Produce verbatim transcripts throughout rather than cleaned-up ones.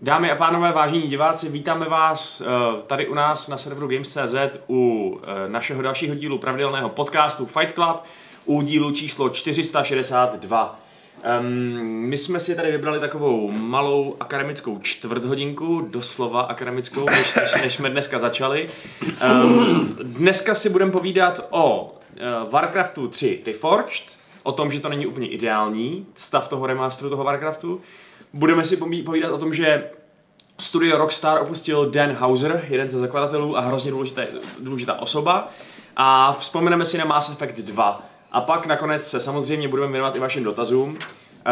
Dámy a pánové, vážení diváci, vítáme vás uh, tady u nás na serveru Games tečka cé zet u uh, našeho dalšího dílu pravidelného podcastu Fight Club, u dílu číslo čtyři sta šedesát dva. Um, my jsme si tady vybrali takovou malou akademickou čtvrthodinku, doslova akademickou, než, než, než jsme dneska začali. Um, dneska si budeme povídat o uh, Warcraftu tři Reforged, o tom, že to není úplně ideální stav toho remasteru toho Warcraftu. Budeme si povídat o tom, že studio Rockstar opustil Dan Houser, jeden ze zakladatelů a hrozně důležité, důležitá osoba. A vzpomeneme si na Mass Effect dva. A pak nakonec se samozřejmě budeme věnovat i vašim dotazům. Uh,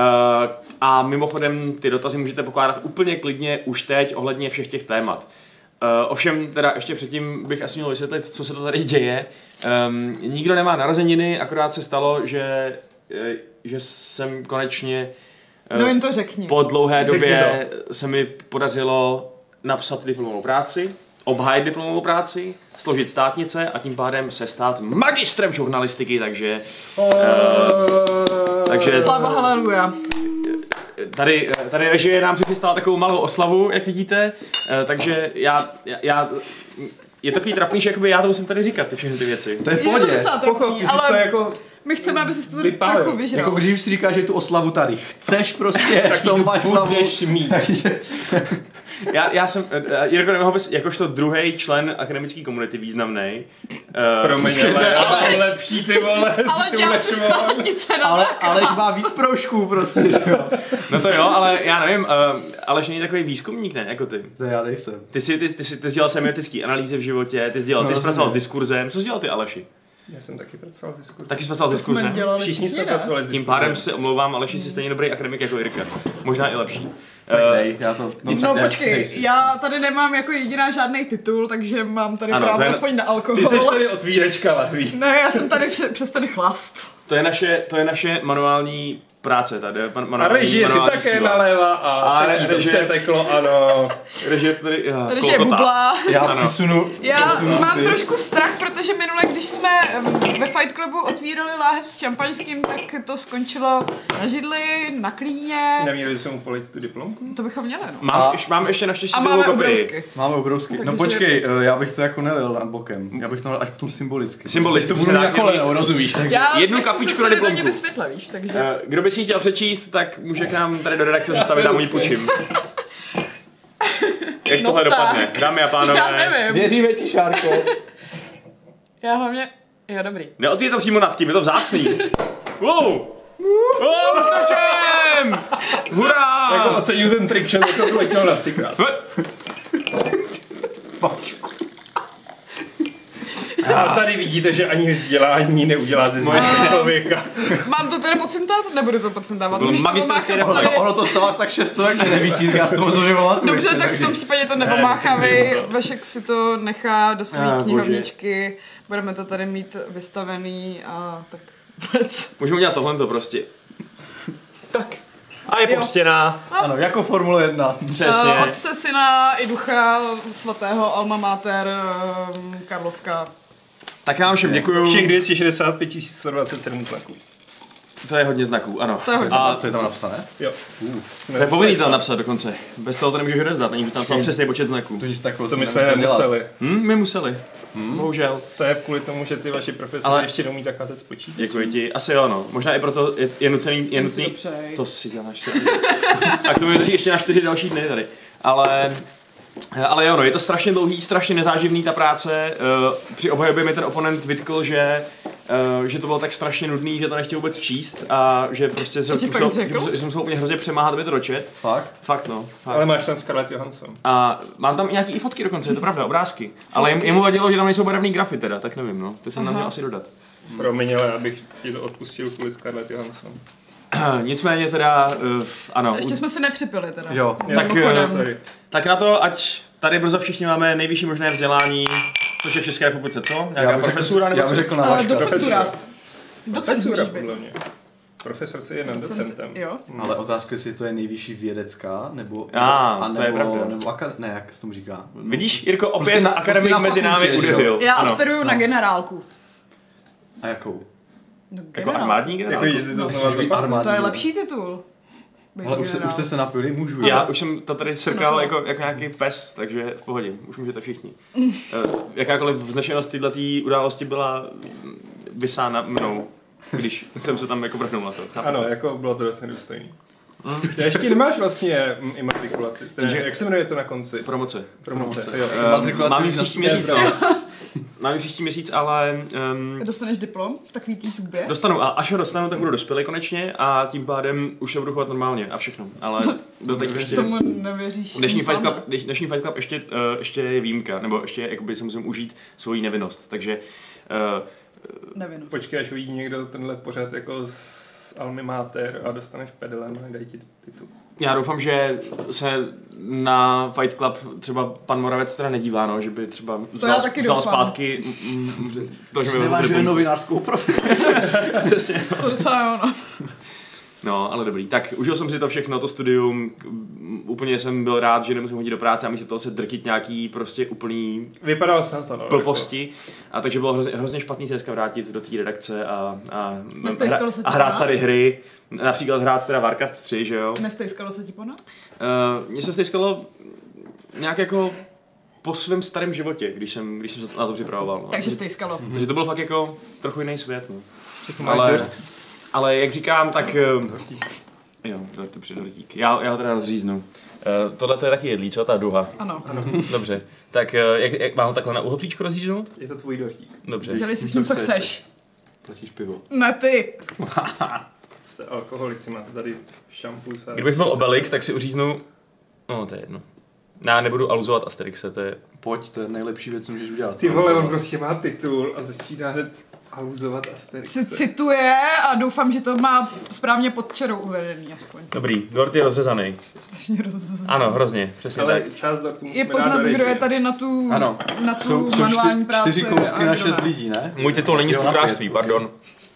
a mimochodem ty dotazy můžete pokládat úplně klidně už teď ohledně všech těch témat. Uh, ovšem teda ještě předtím bych asi měl vysvětlit, co se to tady děje. Um, nikdo nemá narozeniny, akorát se stalo, že, že jsem konečně No jen to řekni. Po dlouhé době se mi podařilo napsat diplomovou práci, obhájit diplomovou práci, složit státnice a tím pádem se stát magistrem žurnalistiky, takže... Uh, takže Sláva haleluja. Tady, tady režie nám přichystala takovou malou oslavu, jak vidíte, uh, takže já, já, já... Je takový trapný, že jakoby já to musím tady říkat, ty všechny ty věci. To je v pohodě. Je to trapný, ale to jako... my chceme, aby si to trochu vyžral. Jako když si říkáš, že tu oslavu tady chceš prostě, tak to máš budeš mít. Já, já jsem, Jirko, nemohl bys, jakožto druhý člen akademické komunity významnej. Uh, Promiň, ale, ale lepší ty vole. Ale dělám si státnice na ale, Aleš má víc proužků prostě, že jo. No to jo, ale já nevím, uh, Aleš není takový výzkumník, ne, jako ty. To já nejsem. Ty jsi, ty, ty, jsi, ty jsi dělal semiotický analýzy v životě, ty jsi dělal, no, ty jsi pracoval s diskurzem, co jsi dělal ty, Aleši? Já jsem taky pracoval s diskurzem. Taky jsi pracoval s diskurzem? Všichni jsme pracovali s diskurzem. Tím pádem se omlouvám, Aleši, jsi stejně dobrý akademik jako Jirka. Možná i lepší. Tak dej, já to... No, no počkej, já tady nemám jako jediná žádný titul, takže mám tady ano, právo aspoň na alkohol. Ty jsi tady otvíračka lahví. Ne, já jsem tady přes, přes ten chlast. To je naše, to je naše manuální práce tady. A režie si také nalévá a, a re, to přeteklo, ano. Režie tady, já, režie bubla. Já ano. přisunu. Já přisunu mám ty. trošku strach, protože minule, když jsme ve Fight Clubu otvírali láhev s šampaňským, tak to skončilo na židli, na klíně. Neměli jsme mu polit tu diplomku? To bychom měli, no. Mám, a, mám ještě naštěstí máme obrousky. Máme obrousky. No počkej, já bych to jako nelil na bokem. Já bych to nelil až potom symbolicky. Symbolicky. To budu na kolenou, rozumíš? Takže jednu kapičku na diplomku. Ty světla, víš, takže... Kdo by si ji chtěl přečíst, tak může k nám tady do redakce zastavit a mu ji půjčím. Jak no tohle tak. dopadne, dámy a pánové? Já nevím. Věříme ti, Šárko. Já hlavně... Jo, dobrý. Neodvíje to přímo nad tím, je to vzácný. Wow! Wow, vtačem! Hurá! Jako oceňuji ten trick, že to letěl na třikrát. Pačku. A tady vidíte, že ani vzdělání neudělá ze změny člověka. Mám to teda podcentávat? Nebudu to podcentávat. Magisterské reformy. Ono to stalo tak šestovek, že nevíčít, já si to možná že pamatuju. Dobře, tak v tom případě to nepomáchávej. Vašek si to nechá do své knihovničky. Budeme to tady mít vystavený a tak vůbec. Můžeme udělat tohle prostě. Tak. A je postěná. Ano, jako Formule jedna. Přesně. Uh, Otce, syna i ducha svatého Alma Mater uh, Karlovka. Tak já vám všem děkuju. Všech dvě stě šedesát pět tisíc sto dvacet sedm znaků. To je hodně znaků, ano. To je, hodně. A to je tam napsané? Jo. Uh. To je povinný tam napsat dokonce. Bez toho to nemůžeš odevzdat, není tam psal přesný počet znaků. To nic takového to my jsme nemuseli. Hm, my museli. Hmm. Bohužel. To je kvůli tomu, že ty vaši profesory ale ještě neumí zakázat spočítat. Děkuji ti. Asi jo, no. Možná i proto je, je nucený, je nutný. To si děláš. A k tomu drží ještě na čtyři další dny tady. Ale ale jo, no, je to strašně dlouhý, strašně nezáživný ta práce. Uh, při obhajobě mi ten oponent vytkl, že Uh, že to bylo tak strašně nudný, že to nechtěl vůbec číst a že prostě se musel, že jsem se úplně hrozně přemáhat, aby to dočet. Fakt? Fakt, no. Fakt. Ale máš tam Scarlett Johansson. A mám tam i nějaký i fotky dokonce, je to pravda, obrázky. Fotky. Ale jim, jemu vadilo, že tam nejsou barevný grafy teda, tak nevím, no. To jsem tam měl asi dodat. Promiň, ale abych ti to odpustil kvůli Scarlett Johansson. Nicméně teda, uh, ano. Ještě jsme se nepřipili teda. Jo. Tak, uh, tak na to, ať tady brzo všichni máme nejvyšší možné vzdělání, což je v České republice, co? Nějaká profesura nebo co? Já bych řekl na uh, docentura. Docent podle mě. Profesor si je docentem. Jo. Hmm. Ale otázka je, jestli to je nejvyšší vědecká, nebo... Ah, a nebo, to je pravda. Nebo akad... Ne, jak se tomu říká? Vidíš, Jirko, opět prostě na, akademik prostě mezi námi udeřil. Já aspiruju ano. na generálku. A jakou? No, jako armádní generálku? Jako, to, no, to je lepší titul. Ale už, se, už jste se napili, můžu. Já já už jsem to tady srkal jako, jako nějaký pes, takže v pohodě, už můžete všichni. Uh, jakákoliv vznešenost této události byla vysána mnou, když jsem se tam jako vrhnul na to. Chápu? Ano, jako bylo to dost nedůstojný. Mm. Ještě nemáš vlastně imatrikulaci. Jak se jmenuje to na konci? Promoce. Promoce. Promoce. Uh, mám ji příští měsíc, no. Mám příští měsíc, ale... Um, Dostaneš diplom v takový té tubě? Dostanu, a až ho dostanu, tak budu dospělý konečně a tím pádem už se budu chovat normálně a všechno, ale doteď ještě... Tomu nevěříš. Dnešní Fight Club, dnešní Fight Club ještě, uh, ještě je výjimka, nebo ještě jakoby se musím užít svoji nevinnost, takže... Uh, nevinnost. Počkej, až uvidí někdo tenhle pořad jako z Almy Mater a dostaneš pedelem a dají ti titul. Já doufám, že se na Fight Club třeba pan Moravec teda nedívá, no, že by třeba vzal, vzal zpátky m, m, to, že mi nevážuje novinářskou profesi. Přesně. To docela jo, no. No, ale dobrý. Tak užil jsem si to všechno, to studium, úplně jsem byl rád, že nemusím chodit do práce a místo toho se drtit nějaký prostě úplný vypadal jsem to, no, blbosti. A takže bylo hrozně, hrozně špatný se dneska vrátit do té redakce a, a, hra, a hrát tady hry. Například hrát teda Warcraft tři, že jo? Nestejskalo se ti po nás? Uh, mně se stejskalo nějak jako po svém starém životě, když jsem, když jsem se na to připravoval. No. Takže stejskalo. Mm-hmm. Takže to byl fakt jako trochu jiný svět. No. Ale, ale jak říkám, tak... Uh, jo, to je dortík. Já, já ho teda rozříznu. Uh, tohle to je taky jedlí, co? Ta duha. Ano. ano. Dobře. Tak uh, jak, jak mám ho takhle na uhlopříčku rozříznout? Je to tvůj dortík. Dobře. Dělej si s tím, co chceš. Platíš pivo. Ne ty. Jste alkoholici, máte tady šampus. A... Kdybych byl Obelix, tak si uříznu... No, to je jedno. Já nebudu aluzovat Asterixe, to je... Pojď, to je nejlepší věc, co můžeš udělat. Ty vole, on prostě má titul a začíná hned aluzovat Asterixe. C- cituje a doufám, že to má správně pod čarou uvedený aspoň. Dobrý, dort je rozřezaný. Strašně rozřezaný. Ano, hrozně, přesně ale tak. část dortu musíme je poznat, dát do kdo je režie. tady na tu, ano. na tu jsou, manuální jsou práci. čtyři kousky na šest ne. lidí, ne? Můj titul není z cukrářství, pardon.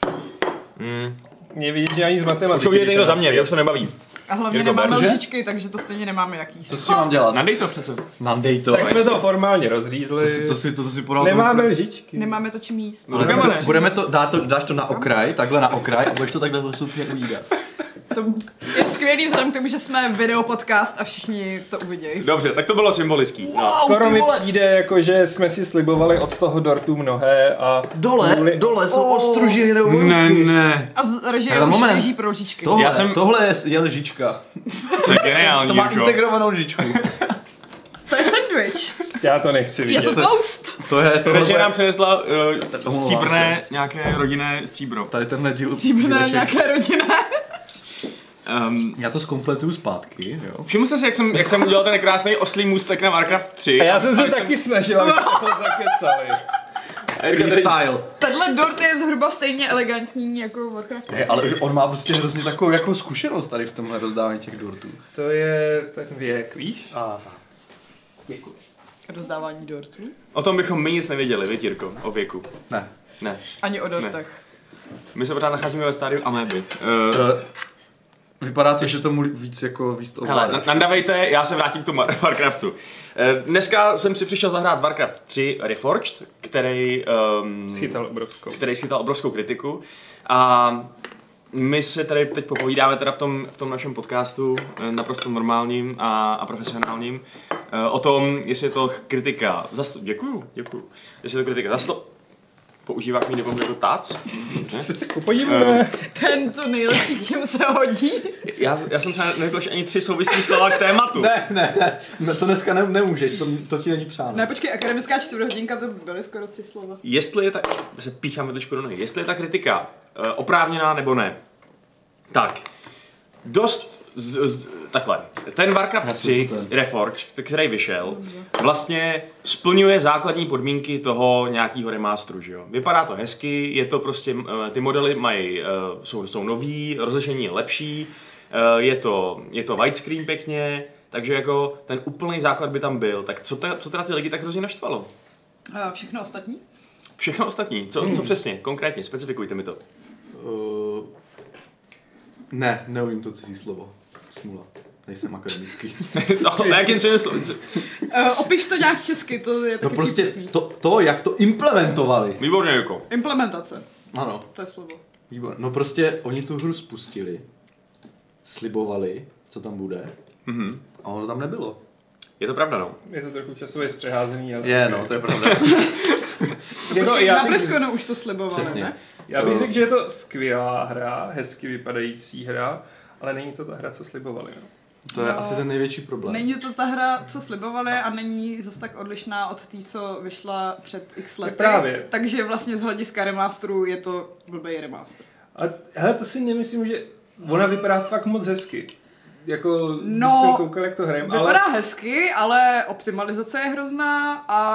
Mm. Mě vidět, že ani z matematiky. Už to vidět někdo za mě, já už to nebavím. A hlavně Jirko, nemáme cože? lžičky, takže to stejně nemáme jaký. Co s tím mám dělat? Nadej to přece. Nadej to. Tak jsme to formálně rozřízli. To si, to si, to, to si podal. Nemáme lžičky. Nemáme to čím jíst. No, budeme, to, budeme to, dá to, dáš to na okraj, takhle na okraj a budeš to takhle postupně ujídat. To je skvělý vzhledem k tomu, že jsme videopodcast a všichni to uvidějí. Dobře, tak to bylo symbolický. Wow, No. Skoro mi přijde, jako, že jsme si slibovali od toho dortu mnohé a... Dole, Kvůli... dole jsou Oh. ostružiny nebo Ne, ne. A z režie Hele, už moment. běží pro lžičky. Tohle, Já jsem- tohle je, je lžička. To je geniální, To má Jirko. integrovanou lžičku. To je sandwich. Já to nechci Je vidět. to toast. To je, tohle Takže bude, nám přinesla uh, Omlouvám stříbrné nějaké rodinné stříbro. tady tenhle díl. Stříbrné nějaké rodinné. Um, Já to zkompletuju zpátky, jo. všiml jste si, jak jsem, jak jsem udělal ten krásný oslý můstek na Warcraft tři? A já jsem se taky snažil, aby jsme to zakecali. Freestyle. Tenhle dort je zhruba stejně elegantní jako Warcraft. Hey, ale on má prostě hrozně takovou jako zkušenost tady v tomhle rozdávání těch dortů. To je ten věk, víš? Aha. Rozdávání dortů. O tom bychom my nic nevěděli, víš, Jirko, o věku. Ne. Ne. Ani o dortech. My se pořád nacházíme ve stádiu améby. Uh, Uh, vypadá to, že tomu víc jako víc to Hele, ovládáš. nandavejte, já se vrátím k tomu Warcraftu. Eh, Dneska jsem si přišel zahrát Warcraft tři Reforged, který, um, Schytal obrovskou. který schytal obrovskou kritiku. A my se tady teď popovídáme teda v tom, v tom našem podcastu, eh, naprosto normálním a, a profesionálním, eh, o tom, jestli je to kritika zasl... Děkuju, děkuju. Jestli je to kritika zasl... Používáš mi nepoměr jako tác? Podívejme. Ten to nejlepší, k čemu se hodí. Já, já jsem třeba nevěděl, že ani tři souvislý slova k tématu. Ne, ne, ne, no to dneska ne, nemůžeš, to, to ti není přáno. Ne, počkej, akademická čtvrthodinka, to byly skoro tři slova. Jestli je ta, se pícháme trošku do nohy, jestli je ta kritika uh, oprávněná nebo ne, tak dost, z, z, takhle, ten Warcraft tři Reforged, který vyšel, vlastně splňuje základní podmínky toho nějakého remasteru, že jo. Vypadá to hezky, je to prostě, uh, ty modely mají, uh, jsou, jsou nový, rozlišení je lepší, uh, je to, je to widescreen pěkně, takže jako ten úplný základ by tam byl, tak co, ta, co teda ty lidi tak hrozně naštvalo? A všechno ostatní? Všechno ostatní. Co, hmm. co přesně? Konkrétně, specifikujte mi to. Uh, ne, neumím to cizí slovo. Smula. Nejsem akademický. Co? Na jakým svým slovem? Uh, opiš to nějak česky, to je No taky prostě přípustný. to, to, jak to implementovali. Výborně, jako. Implementace, Ano, to je slovo. výborně. No prostě oni tu hru spustili. slibovali, co tam bude. Mm-hmm. A ono tam nebylo. Je to pravda, no. Je to trochu časově zpřeházený, ale... Je, no, to je pravda. Jako, Počkej, já na bych- BlizzConu už to slibovali, Přesně. ne? Já bych řekl, že je to skvělá hra, hezky vypadající hra, ale není to ta hra, co slibovali. No. To je No, asi ten největší problém. Není to ta hra, co slibovali a není zase tak odlišná od té, co vyšla před x lety. Právě. Takže vlastně z hlediska remasteru je to blbej remaster. A hele, to si nemyslím, že ona vypadá fakt moc hezky. Jako, No, když jsem koukal, jak to hrajem, Vypadá ale... hezky, ale optimalizace je hrozná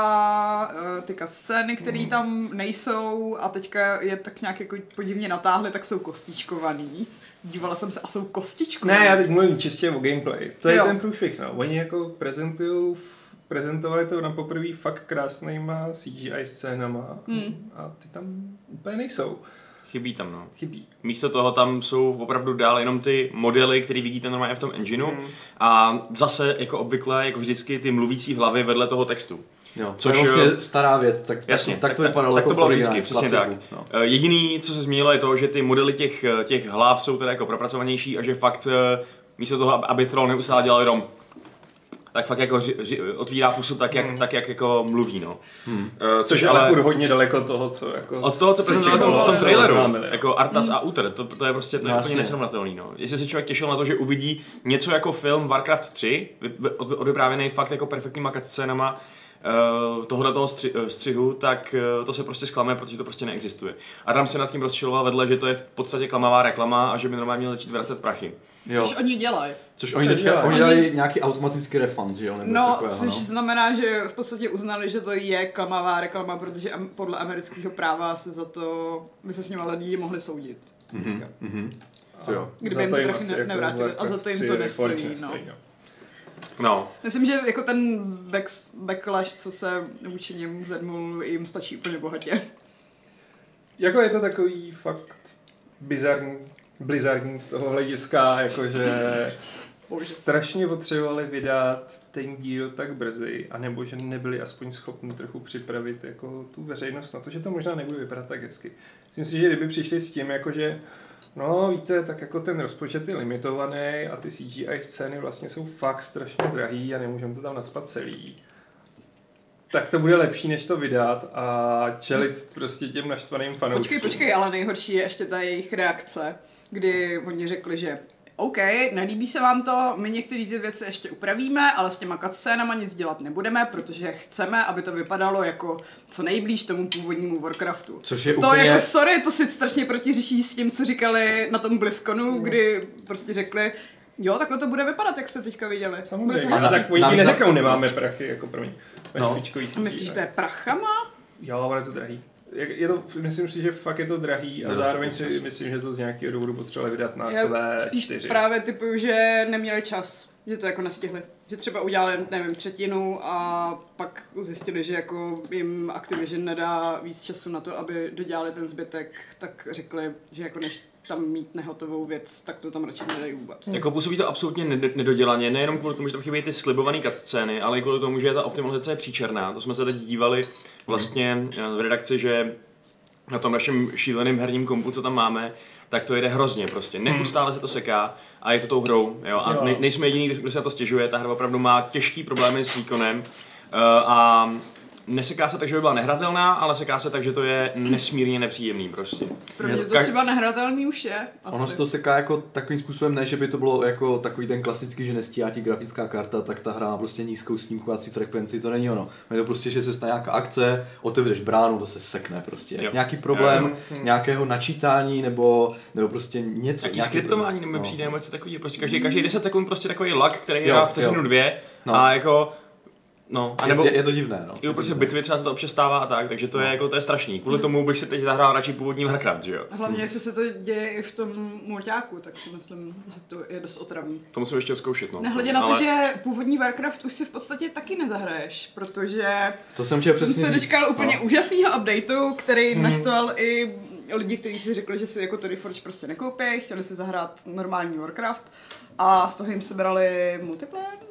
a uh, ty scény, které tam nejsou a teďka je tak nějak jako podivně natáhly, tak jsou kostičkovaný. Dívala jsem se a jsou kostičkovaný. Ne, já teď mluvím čistě o gameplay. To je Jo. ten průšvih, no. Oni jako prezentujou, prezentovali to na poprvé fakt krásnýma C G I scénama Hmm. a ty tam úplně nejsou. Chybí tam, no. Chybí. Místo toho tam jsou opravdu dál jenom ty modely, které vidíte normálně v tom engineu Hmm. a zase jako obvykle, jako vždycky ty mluvící hlavy vedle toho textu. Jo, Což, což je vlastně stará věc, tak, Jasně, tak, tak to vypadalo tak jako to bylo v vždycky, originálu, přesně tak. klasiku, no. Eh, Jediný, co se změnilo, je to, že ty modely těch, těch hlav jsou teda jako propracovanější a že fakt eh, místo toho, aby Troll neustále dělal jenom tak fakt jako ři, ři, otvírá pusu tak, jak, Hmm. tak, jak jako mluví, no. Hmm. Eh, Což je ale furt hodně daleko toho, co jako... od toho, co co prezentovali si v tom bylo traileru, oznámili, no. jako Arthas a Uther, to, to je prostě to je No, úplně jasně. nesrovnatelný, no. Jestli se člověk těšil na to, že uvidí něco jako film Warcraft tři, vy- od- odvyprávěný fakt jako perfektníma cutscénama, Uh, tohohle toho stři, uh, střihu, tak uh, to se prostě zklame, protože to prostě neexistuje. Adam se nad tím rozčiloval vedle, že to je v podstatě klamavá reklama a že by normálně měl začít vracet prachy. Jo. Což oni dělají. Což oni Co teďka, dělají? oni Oni- dělají nějaký automatický refund, že jo? Nebo něco No, takového, což no. znamená, že v podstatě uznali, že to je klamavá reklama, protože am- podle amerického práva se za to, by se s nimi lidi mohli soudit. Mhm, mhm. To jo. Kdyby Za jim to to jim prachy asi ne- jako nevrátili. A za to jim to Warcraft tři nestojí, Forge no. nestojí, no. No, Myslím, že jako ten back, backlash, co se vůči němu zedmul, jim stačí úplně bohatě. Jako je to takový fakt bizarní, blizarní z toho hlediska, jakože strašně potřebovali vydat ten díl tak brzy, anebo že nebyli aspoň schopni trochu připravit jako tu veřejnost na to, že to možná nebude vypadat tak hezky. Myslím si, že kdyby přišli s tím, jakože no víte, tak jako ten rozpočet je limitovaný a ty C G I scény vlastně jsou fakt strašně drahý a nemůžeme to tam nacpat celý. Tak to bude lepší, než to vydat a čelit prostě těm naštvaným fanouškům. Počkej, počkej, ale nejhorší je ještě ta jejich reakce, kdy oni řekli, že OK, nelíbí se vám to, my některé ty věci ještě upravíme, ale s těma cutscénama nic dělat nebudeme, protože chceme, aby to vypadalo jako co nejblíž tomu původnímu Warcraftu. Což je To úplně... jako sorry, to si strašně protiřečí s tím, co říkali na tom BlizzConu, kdy prostě řekli, jo, takhle to bude vypadat, jak jste teďka viděli. Bude Samozřejmě, to A ale na- tak oni navíc ti na- neřeknou, nemáme prachy, jako promiň. Máš No. špičkový A myslíš, že to je prachama? Jo, ale je to drahý. Je, je to, myslím si, že fakt je to drahý a Nedostupný zároveň si čas. myslím, že to z nějakého důvodu potřebovali vydat na Já Q spíš čtyři. právě typuju, že neměli čas, že to jako nestihli. Že třeba udělali, nevím, třetinu a pak zjistili, že jako jim Activision nedá víc času na to, aby dodělali ten zbytek, tak řekli, že jako než tam mít nehotovou věc, tak to tam radši nedají vůbec. jako působí to absolutně ned- nedodělaně, nejenom kvůli tomu, že tam chybějí ty slibované cutscény, ale i kvůli tomu, že ta optimalizace je příčerná. To jsme se teď dívali vlastně v redakci, že na tom našem šíleném herním kompu, co tam máme, tak to jede hrozně prostě. Neustále se to seká a je to tou hrou. Jo? A Jo. nej, nejsme jediný, kdo se na to stěžuje. Ta hra opravdu má těžký problémy s výkonem uh, a neseká se tak, že by byla nehratelná, ale seká se tak, že to je nesmírně nepříjemný prostě. Pro mě to Kaž- třeba nehratelný už je. Asi. Ono se to seká jako takovým způsobem, ne, že by to bylo jako takový ten klasický, že nestíhá ti grafická karta, tak ta hra má prostě nízkou snímkovací frekvenci, to není ono. Je to prostě, že se stane nějaká akce, otevřeš bránu, to se sekne prostě. Jo. Nějaký problém, Jo. nějakého načítání nebo, nebo prostě něco. Jaký nějaký skriptování problém. mi No. přijde, nebo něco takový, prostě každý, každý deset sekund prostě takový lag, který Jo, dá vteřinu jo. dvě No. a jako, no, a nebo je, je, to divné, no. jo, prostě bitvy třeba se to občas stává a tak, takže to je jako, to je strašný. Kvůli tomu bych si teď zahrál radši původní Warcraft, že jo? A hlavně, jestli se to děje i v tom mulťáku, tak si myslím, že to je dost otravný. To musím ještě zkoušet, no. Nehledě na to, Ale- že původní Warcraft už si v podstatě taky nezahraješ, protože To jsem chtěl přesně se říct, dočkal úplně no. úžasného updateu, který hmm. naštval i lidi, kteří si řekli, že si jako to Reforge prostě nekoupí, chtěli si zahrát normální Warcraft a z toho jim sebrali multiplayer, nebo co?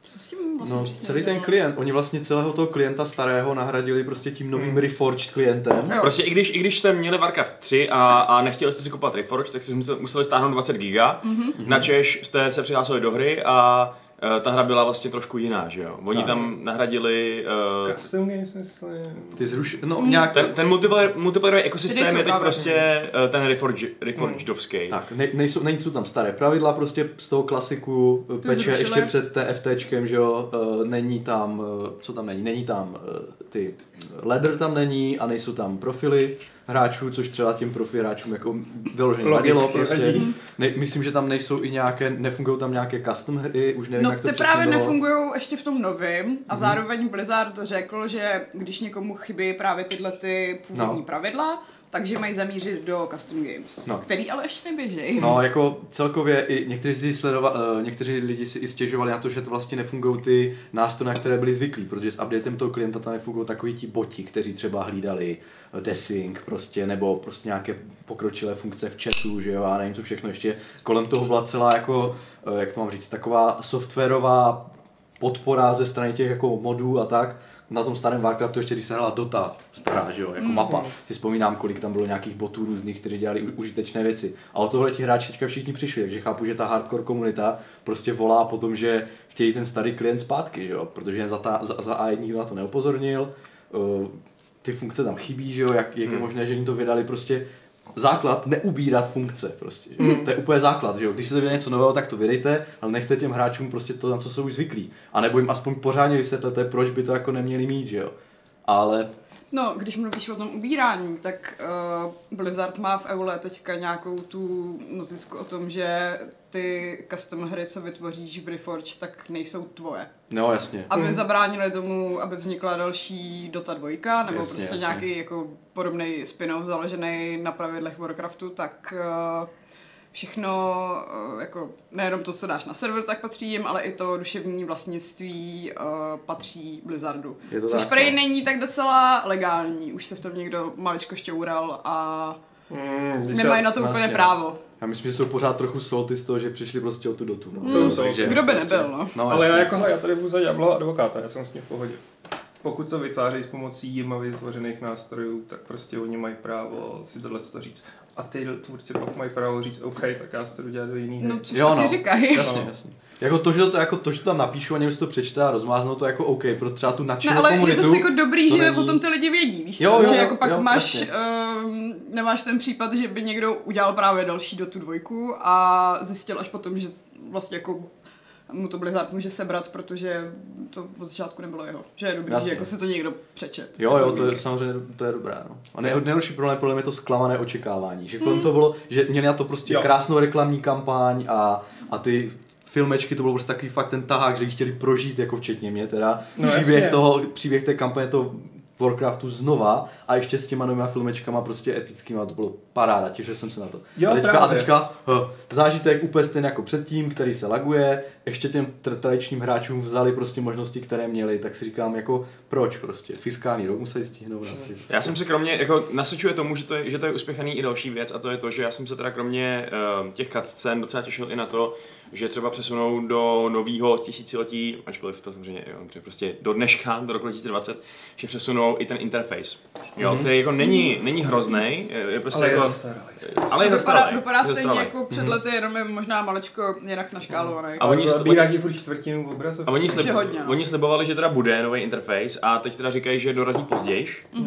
Co s tím vlastně No, přesně celý ten udělal? klient, oni vlastně celého toho klienta starého nahradili prostě tím novým hmm. Reforged klientem. Jo. Prostě i když, i když jste měli Warcraft tři a, a nechtěli jste si kupovat Reforged, tak jste museli, museli stáhnout dvacet giga, mm-hmm. načež jste se přihlásili do hry a uh, ta hra byla vlastně trošku jiná, že jo? Oni tak. tam nahradili... Uh, Custom games, myslím. Ty zruš... No, Mm. nějak... ten, ten multiplayer, multiplayerový ekosystém je teď právě. prostě uh, ten Reforged, Reforgedovský. Tak, ne, nejsou, není co tam staré pravidla, prostě z toho klasiku To peče zrušili. ještě před TFTčkem, že jo, uh, není tam, uh, co tam není, není tam uh, ty ladder tam není a nejsou tam profily hráčů, což třeba těm profi hráčům jako vyloženě Logicky vadilo prostě. vadí. Ne, myslím, že tam nejsou i nějaké, nefungují tam nějaké custom hry, už nevím, No jak to ty přesně právě bylo. nefungují ještě v tom novém a zároveň Blizzard řekl, že když někomu chybí právě tyhle ty původní No. pravidla, takže mají zamířit do custom games, No. který ale ještě neběží. No, jako celkově i někteří, si sledova, uh, někteří lidi si i stěžovali na to, že to vlastně nefungují ty nástroje, na které byli zvyklí, protože s updatem toho klienta tam nefungují takový ti boti, kteří třeba hlídali desync prostě, nebo prostě nějaké pokročilé funkce v chatu, že jo, a nevím co všechno ještě. Kolem toho byla celá jako, uh, jak to mám říct, taková softwarová podpora ze strany těch jako modů a tak. Na tom starém Warcraftu ještě, když se hrála Dota stará, že jo, jako mm. mapa. Si vzpomínám, kolik tam bylo nějakých botů různých, kteří dělali u- užitečné věci. A o tohle ti hráči teďka všichni přišli, takže chápu, že ta hardcore komunita prostě volá po tom, že chtějí ten starý klient zpátky, že jo, protože za, ta, za, za A I nikdo na to neupozornil, uh, ty funkce tam chybí, že jo, jak, jak je Hmm. možné, že jim to vydali prostě základ neubírat funkce prostě, že? Mm. To je úplně základ, že jo, když se vyjde něco nového, tak to vydejte, ale nechte těm hráčům prostě to, na co jsou už zvyklí. A nebo jim aspoň pořádně vysvětlete, proč by to jako neměli mít, že jo. Ale No, když mluvíš o tom ubírání, tak uh, Blizzard má v Eule teďka nějakou tu noticku o tom, že ty custom hry, co vytvoříš v Reforged, tak nejsou tvoje. no jasně. Aby Mhm. zabránili tomu, aby vznikla další Dota dva, nebo Jasně, prostě jasně. nějaký jako podobný spin-off založený na pravidlech Warcraftu, tak uh, všechno, uh, jako nejenom to, co dáš na server, tak patří jim, ale i to duševní vlastnictví uh, patří Blizzardu. Je to Což tak, prej no. není tak docela legální, už se v tom někdo maličko šťoural a Mm, když nemají já- na to úplně Vlastně. právo. Já myslím, že jsou pořád trochu salty z toho, že přišli prostě o tu Dotu. No. Mm. To jsou- Takže Kdo by prostě, nebyl, no. no Ale já jasně. jako, hele, já tady budu za ďábla advokáta, já jsem s tím v pohodě. Pokud to vytvářejí s pomocí jima vytvořených nástrojů, tak prostě oni mají právo si tohle říct. A ty tvůrci pak mají právo říct, OK, tak já si to jdu dělat do jiný hry. No, což Jo, taky no. říkají. Jasně, No. jasně. Jako to, že to, jako to, že to tam napíšu a někdo si to přečte a rozmáznou to jako OK, pro třeba tu Ne, nadšenou ale je komunitu. zase jako dobrý, to že není- o tom ty lidi vědí, víš Jo, co? jo, že jo, jako pak jo, máš, jasně. um, nemáš ten případ, že by někdo udělal právě další Dotu dvojku a zjistil až potom, že vlastně jako mu to Blizzard může sebrat, protože to od začátku nebylo jeho. Že je dobrý, Jasně. že jako si to někdo přečet. Jo, jo, to je samozřejmě to je dobré. No. A nej, nejhorší problém, problém je to zklamané očekávání. Že kolem toho bylo, že měli na to prostě Jo. krásnou reklamní kampaň a, a ty filmečky, to bylo prostě takový fakt ten tahák, že ji chtěli prožít, jako včetně mě teda. No, příběh, jasně. toho, příběh té kampaně toho Warcraftu znova a ještě s těma novými filmečkama prostě epickýma, to bylo paráda, těšil jsem se na to. Jo, a teďka, a právě. teďka uh, zážitek úplně stejný jako předtím, který se laguje, ještě těm tra- tradičním hráčům vzali prostě možnosti, které měli, tak si říkám jako proč prostě, fiskální rok museli stihnout asi. Já jsem se kromě, jako nasvědčuje tomu, že to, je, že to je uspěchaný i další věc a to je to, že já jsem se teda kromě uh, těch cutscén docela těšil i na to, že třeba přesunou do nového tisíciletí, ačkoliv to samozřejmě, jo, protože prostě do dneška, do roku dva tisíce dvacet, že přesunou i ten interface, jo, mm-hmm. který jako není, není hrozný, je, je prostě Ale je jako, zastaralý. ale je vypadá, zastaralý. vypadá je stejně zastaralý. jako před lety, jenom je možná maličko jinak naškálovaný. A oni- Zabírá ti furt čtvrtinu obrazovky. A oni, Už je slib, hodně, no. oni slibovali, že teda bude nový interface a teď teda říkají, že dorazí později, mm-hmm. uh,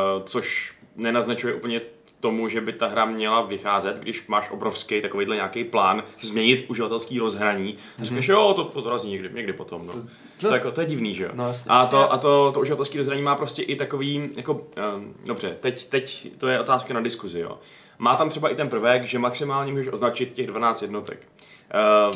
což nenaznačuje úplně tomu, že by ta hra měla vycházet, když máš obrovský takovýhle nějaký plán změnit uživatelský rozhraní. Mm-hmm. Říkáš, jo, to, to dorazí někdy, někdy potom. No. To, to, jako, to je divný, že jo? No, jasně. A to, a to, to uživatelské rozhraní má prostě i takový, jako, um, dobře, teď, teď to je otázka na diskuzi, jo. Má tam třeba i ten prvek, že maximálně můžeš označit těch dvanáct jednotek. Uh,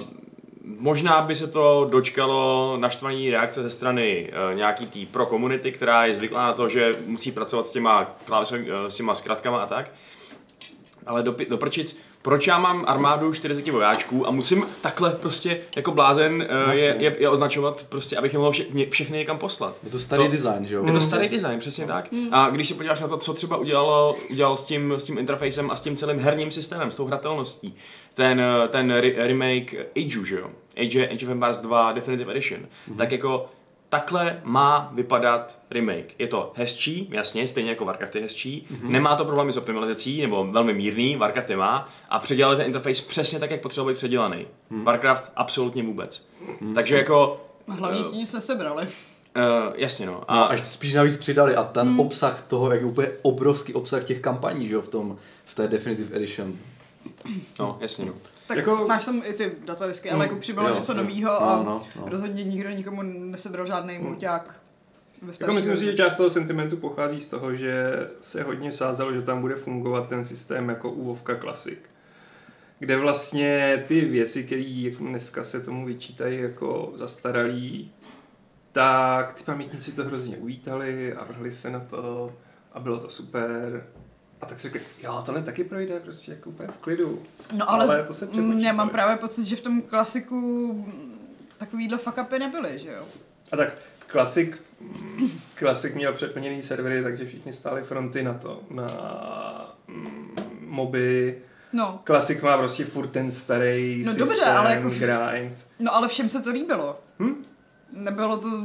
Možná by se to dočkalo naštvaný reakce ze strany uh, nějaký tý pro komunity, která je zvyklá na to, že musí pracovat s těma klávesovými, uh, s těma zkratkama a tak. Ale do, do prčic, proč já mám armádu čtyřicet vojáčků a musím takhle prostě jako blázen uh, je, je, je označovat prostě, abych je mohl vše, všechny někam poslat. Je to starý to, design, že jo? Je to starý design, přesně tak. Mm. A když se podíváš na to, co třeba udělalo, udělal s tím, s tím interfejsem a s tím celým herním systémem, s tou hratelností, ten, ten re- remake Age, že jo? Age, Age of Empires dva Definitive Edition, mm. tak jako takhle má vypadat remake. Je to hezčí, jasně, stejně jako Warcraft je hezčí, mm-hmm. nemá to problémy s optimalizací, nebo velmi mírný, Warcraft je má, a předělali ten interface přesně tak, jak potřeboval být předělaný. Mm. Warcraft absolutně vůbec. Mm. Takže jako... Hlavně ti nic nesebrali. Uh, jasně no. A, no, až spíš navíc přidali a ten mm. obsah toho, jak je úplně obrovský obsah těch kampaní, že jo, v tom, v té Definitive Edition. No, jasně no. Tak jako... máš tam i ty datadisky, ale jako přibylo něco novýho no, a no, no. rozhodně nikdo nikomu nesebral žádný mulťák. Jako myslím si, že část toho sentimentu pochází z toho, že se hodně sázelo, že tam bude fungovat ten systém jako úvovka Classic. Kde vlastně ty věci, které jako dneska se tomu vyčítají jako zastaralý, tak ty pamětníci to hrozně uvítali a vrhli se na to a bylo to super. A tak si řekli, jo, tohle taky projde prostě jako úplně v klidu. No ale, ale to se já mám právě pocit, že v tom klasiku takovýhle fuck upy nebyly, že jo? A tak klasik, klasik měl přeplněný servery, takže všichni stáli fronty na to, na mm, moby. No. Klasik má prostě furt ten starý no, systém, dobře, ale jako grind. No ale všem se to líbilo. Hm? Nebylo to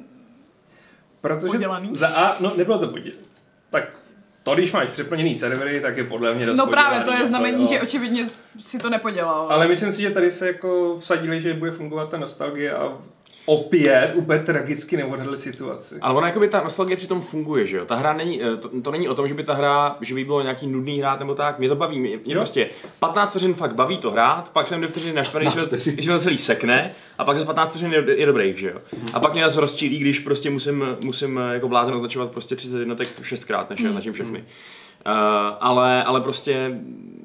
Protože podělaný? Za A, no nebylo to podělaný. Tak to, když máš přeplněný servery, tak je podle mě dost No právě, to je to, znamení, jo. že očividně si to nepodělal. Ale myslím si, že tady se jako vsadili, že bude fungovat ta nostalgie a opět úplně tragicky neodhadli situaci. Ale ona jakoby ta nostalgie přitom funguje, že jo? Ta hra není, to, to není o tom, že by ta hra, že by bylo nějaký nudný hrát nebo tak, mě to baví, mě, mě prostě patnáct vteřin fakt baví to hrát, pak jsem dvě vteřiny naštvaný, když to celý sekne a pak za patnáct vteřin je, je dobrých, že jo? A pak mě zase rozčílí, když prostě musím, musím jako blázen označovat prostě třicet jednotek šestkrát, než mm. všechny. Uh, ale, ale prostě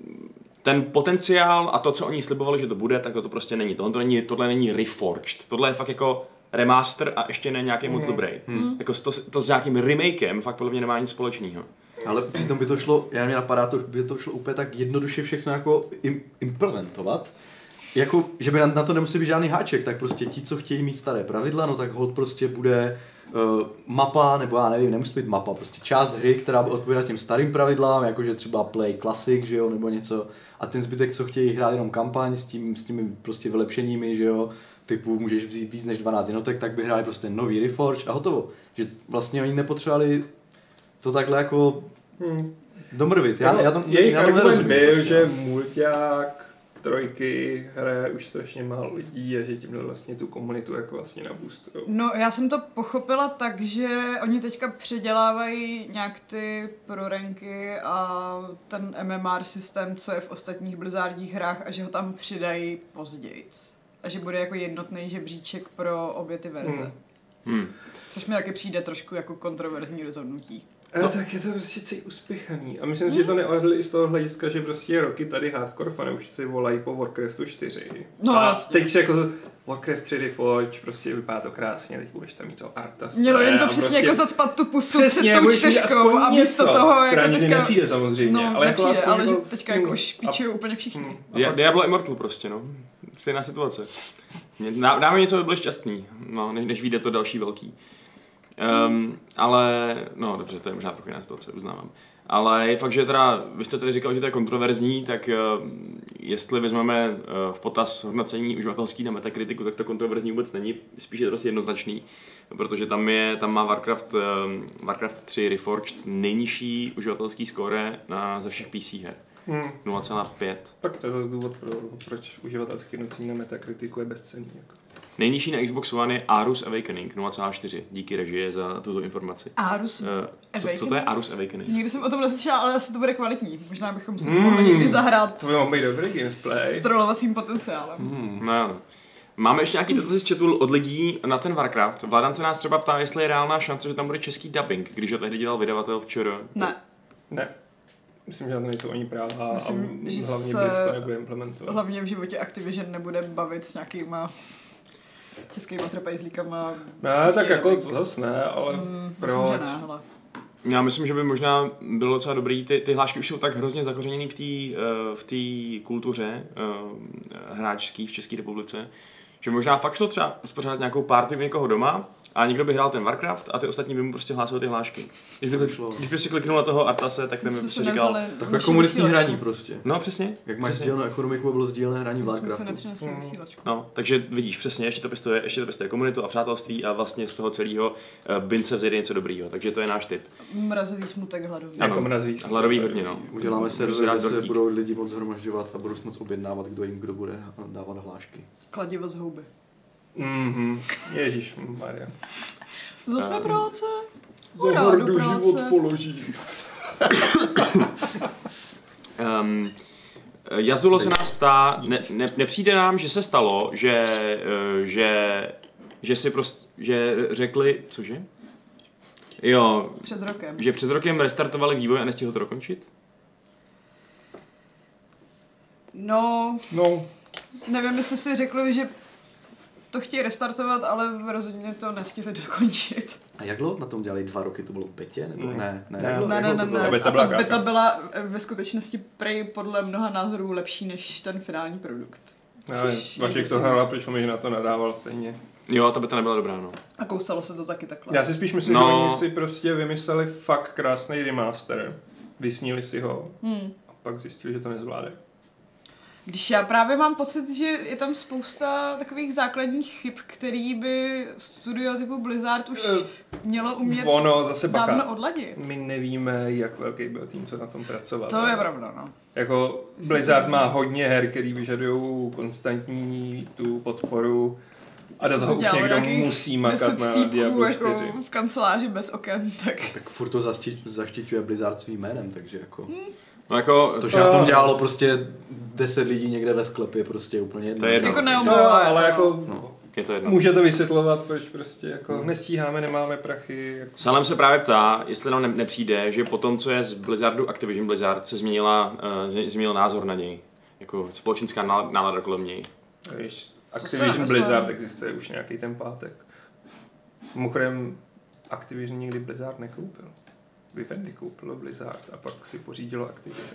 ten potenciál a to, co oni slibovali, že to bude, tak to, to prostě není. Tohle, to není. tohle není reforged. Tohle je fakt jako remaster a ještě ne nějaký mm. moc dobrý. Mm. Jako to, to s nějakým remakem fakt podle mě nemá nic společného. Ale přitom by to šlo, já mi napadá, to by to šlo úplně tak jednoduše všechno jako im, implementovat. Jako, že by na, na to nemusí být žádný háček, tak prostě ti, co chtějí mít staré pravidla, no tak hold prostě bude uh, mapa, nebo já nevím, nemusí být mapa, prostě část hry, která by odpovídala těm starým pravidlám, jakože třeba Play Classic, že jo, nebo něco. A ten zbytek, co chtějí hrát jenom kampaň s tím, s těmi prostě vylepšeními, že jo, typu můžeš vzít víc než dvanáct jednotek, tak by hráli prostě nový Reforged a hotovo. Že vlastně oni nepotřebovali to takhle jako hmm. domrvit. Já, já, to, jejich já to argument byl, prostě. že mulťák trojky hraje už strašně málo lidí a že tímhle vlastně tu komunitu jako vlastně naboostují. No já jsem to pochopila tak, že oni teďka předělávají nějak ty proranky a ten M M R systém, co je v ostatních Blizzardích hrách a že ho tam přidají pozdějc. A že bude jako jednotný žebříček pro obě ty verze. Hmm. Hmm. Což mi taky přijde trošku jako kontroverzní rozhodnutí. No. Tak je to prostě celý uspěchaný. A myslím si, hmm. že to neodhadli i z toho hlediska, že prostě roky tady hardcore fanoušci volají po Warcraftu čtyři. No, a jasně. teď se jako Warcraft tři Reforged, prostě vypadá to krásně, teď budeš tam mít toho Arta. Mělo jen to přesně prostě jako zacpat tu pusu přesně, před tou čtyřkou a místo něco, toho jako teďka... nepřijde samozřejmě, no, ale nepřijde, jako ale že jako teďka jako špičují úplně všichni. Hmm. Dia- Diablo Immortal prostě, no. Stejná situace. Dáme něco, aby bylo šťastný, no, než, než vyjde to další velký. Um, ale, no dobře, to je možná trochu jiná situace, uznávám. Ale je fakt, že teda, vy jste tady říkal, že to je kontroverzní, tak uh, jestli vezmeme uh, v potaz hodnocení uživatelský na Metakritiku, tak to kontroverzní vůbec není, spíš je to prostě jednoznačný, protože tam je, tam má Warcraft, uh, Warcraft tři Reforged nejnižší uživatelský skóre na, ze všech P C her. Hmm. nula celá pět. Tak to je zase důvod, pro, proč uživatelský hodnocení na Metakritiku je bezcenný. Jako. Nejnižší na Xbox One je Arus Awakening nula celá čtyři. Díky režie za tuto informaci. Arus uh, Awakening? Co, co to je Arus Awakening? Nikdy jsem o tom neslyšela, ale asi to bude kvalitní. Možná bychom si to mm. mohli někdy zahrát. To by mohl být dobrý gamesplay. S trollovacím potenciálem. Mm. No, no. Máme ještě nějaký dotazy z chatu od lidí na ten Warcraft. Vládan se nás třeba ptá, jestli je reálná šance, že tam bude český dubbing, když ho tehdy dělal vydavatel včera. Ne. Ne. Myslím, že na to nejsou ani práva Myslím, a že hlavně se Blizz to nebude implementovat. Hlavně v životě Activision nebude bavit s nějakýma českýma trpajzlíkama. Ne, tak jako to zase ne, ale mm, proč? Myslím, že ne, hele. Já myslím, že by možná bylo docela dobrý, ty, ty hlášky už jsou tak hrozně zakořeněný v té uh, v té kultuře uh, hráčský v České republice, že možná fakt šlo třeba uspořádat nějakou party v někoho doma a někdo by hrál ten Warcraft a ty ostatní by mu prostě hlásili ty hlášky. Když by, když by si kliknul na toho Artase, tak ten by prostě říkal... Takové komunitní hraní prostě. No přesně. Jak máš sdílenou ekonomiku, bylo sdílené hraní Warcraftu. Jsme se nepřinesli vysílačku. No, takže vidíš přesně, ještě to pěstuje, ještě to pěstuje komunitu a přátelství a vlastně z toho celého uh, bince vzejde něco dobrýho, takže to je náš tip. Mrazivý smutek hladový. Jako mrazivý smutek. Hladový hodně, no. Uděláme se, kde se budou lidi moc zhromažďovat a budou se moc objednávat, kdo jim kdo bude dávat hlášky. Kladivo z houby. Mhm, ježišmarja. Zase Um, práce. Za hrdu život položí. um, Jazulo se nás ptá, ne, ne, nepřijde nám, že se stalo, že, že, že si prostě, že řekli, cože? Jo. Před rokem. Že před rokem restartovali vývoj a nestihli to dokončit? No, No, nevím, jestli si řekli, že to chtějí restartovat, ale rozhodně to nestihli dokončit. A jak dlouho na tom dělali? Dva roky to bylo v betě? Nebo Mm. ne? Ne, Ne, jak dlouho- Ne, jak ne, dlouho ne, to bylo? ne. Beta A byla ta beta krátká. byla ve skutečnosti prej podle mnoha názorů lepší než ten finální produkt. ale Což je Vašek to děsivý. hrál a přišlo mi, že na to nadával stejně. Jo, ta beta nebyla dobrá, no. A kousalo se to taky takhle. Já si spíš myslím, No. že oni si prostě vymysleli fakt krásný remaster. Vysnili si ho Hmm. a pak zjistili, že to nezvládají. Když já právě mám pocit, že je tam spousta takových základních chyb, který by studio typu Blizzard už Eh, mělo umět Ono zase dávno baka. odladit. My nevíme, jak velký byl tým, co na tom pracoval. To je pravda, no. Jako Blizzard má hodně her, který vyžadují konstantní tu podporu a do Se toho to už dělalo někdo nějakých musí makat deset na týpků Diablo jako čtyři. v kanceláři bez oken, tak... Tak furt to zašti- zaštiťuje Blizzard svým jménem, takže jako... No jako, To, že na tom dělalo prostě deset lidí někde ve sklepě, prostě úplně jedno. To je jedno. Jako To, neomlouvá, ale to, jako No. je to jedno. může to vysvětlovat, proč prostě jako nestíháme, nemáme prachy. Jako... Salem se právě ptá, jestli nám ne- nepřijde, že po tom, co je z Blizzardu Activision Blizzard, se změnila, uh, změnil názor na něj. Jako společenská nál- nálada kolem něj. Víš, se Activision nemyslím. Blizzard existuje už nějaký ten pátek. Mimochodem Activision nikdy Blizzard nekoupil. Vivendi koupilo Blizzard a pak si pořídilo Activision.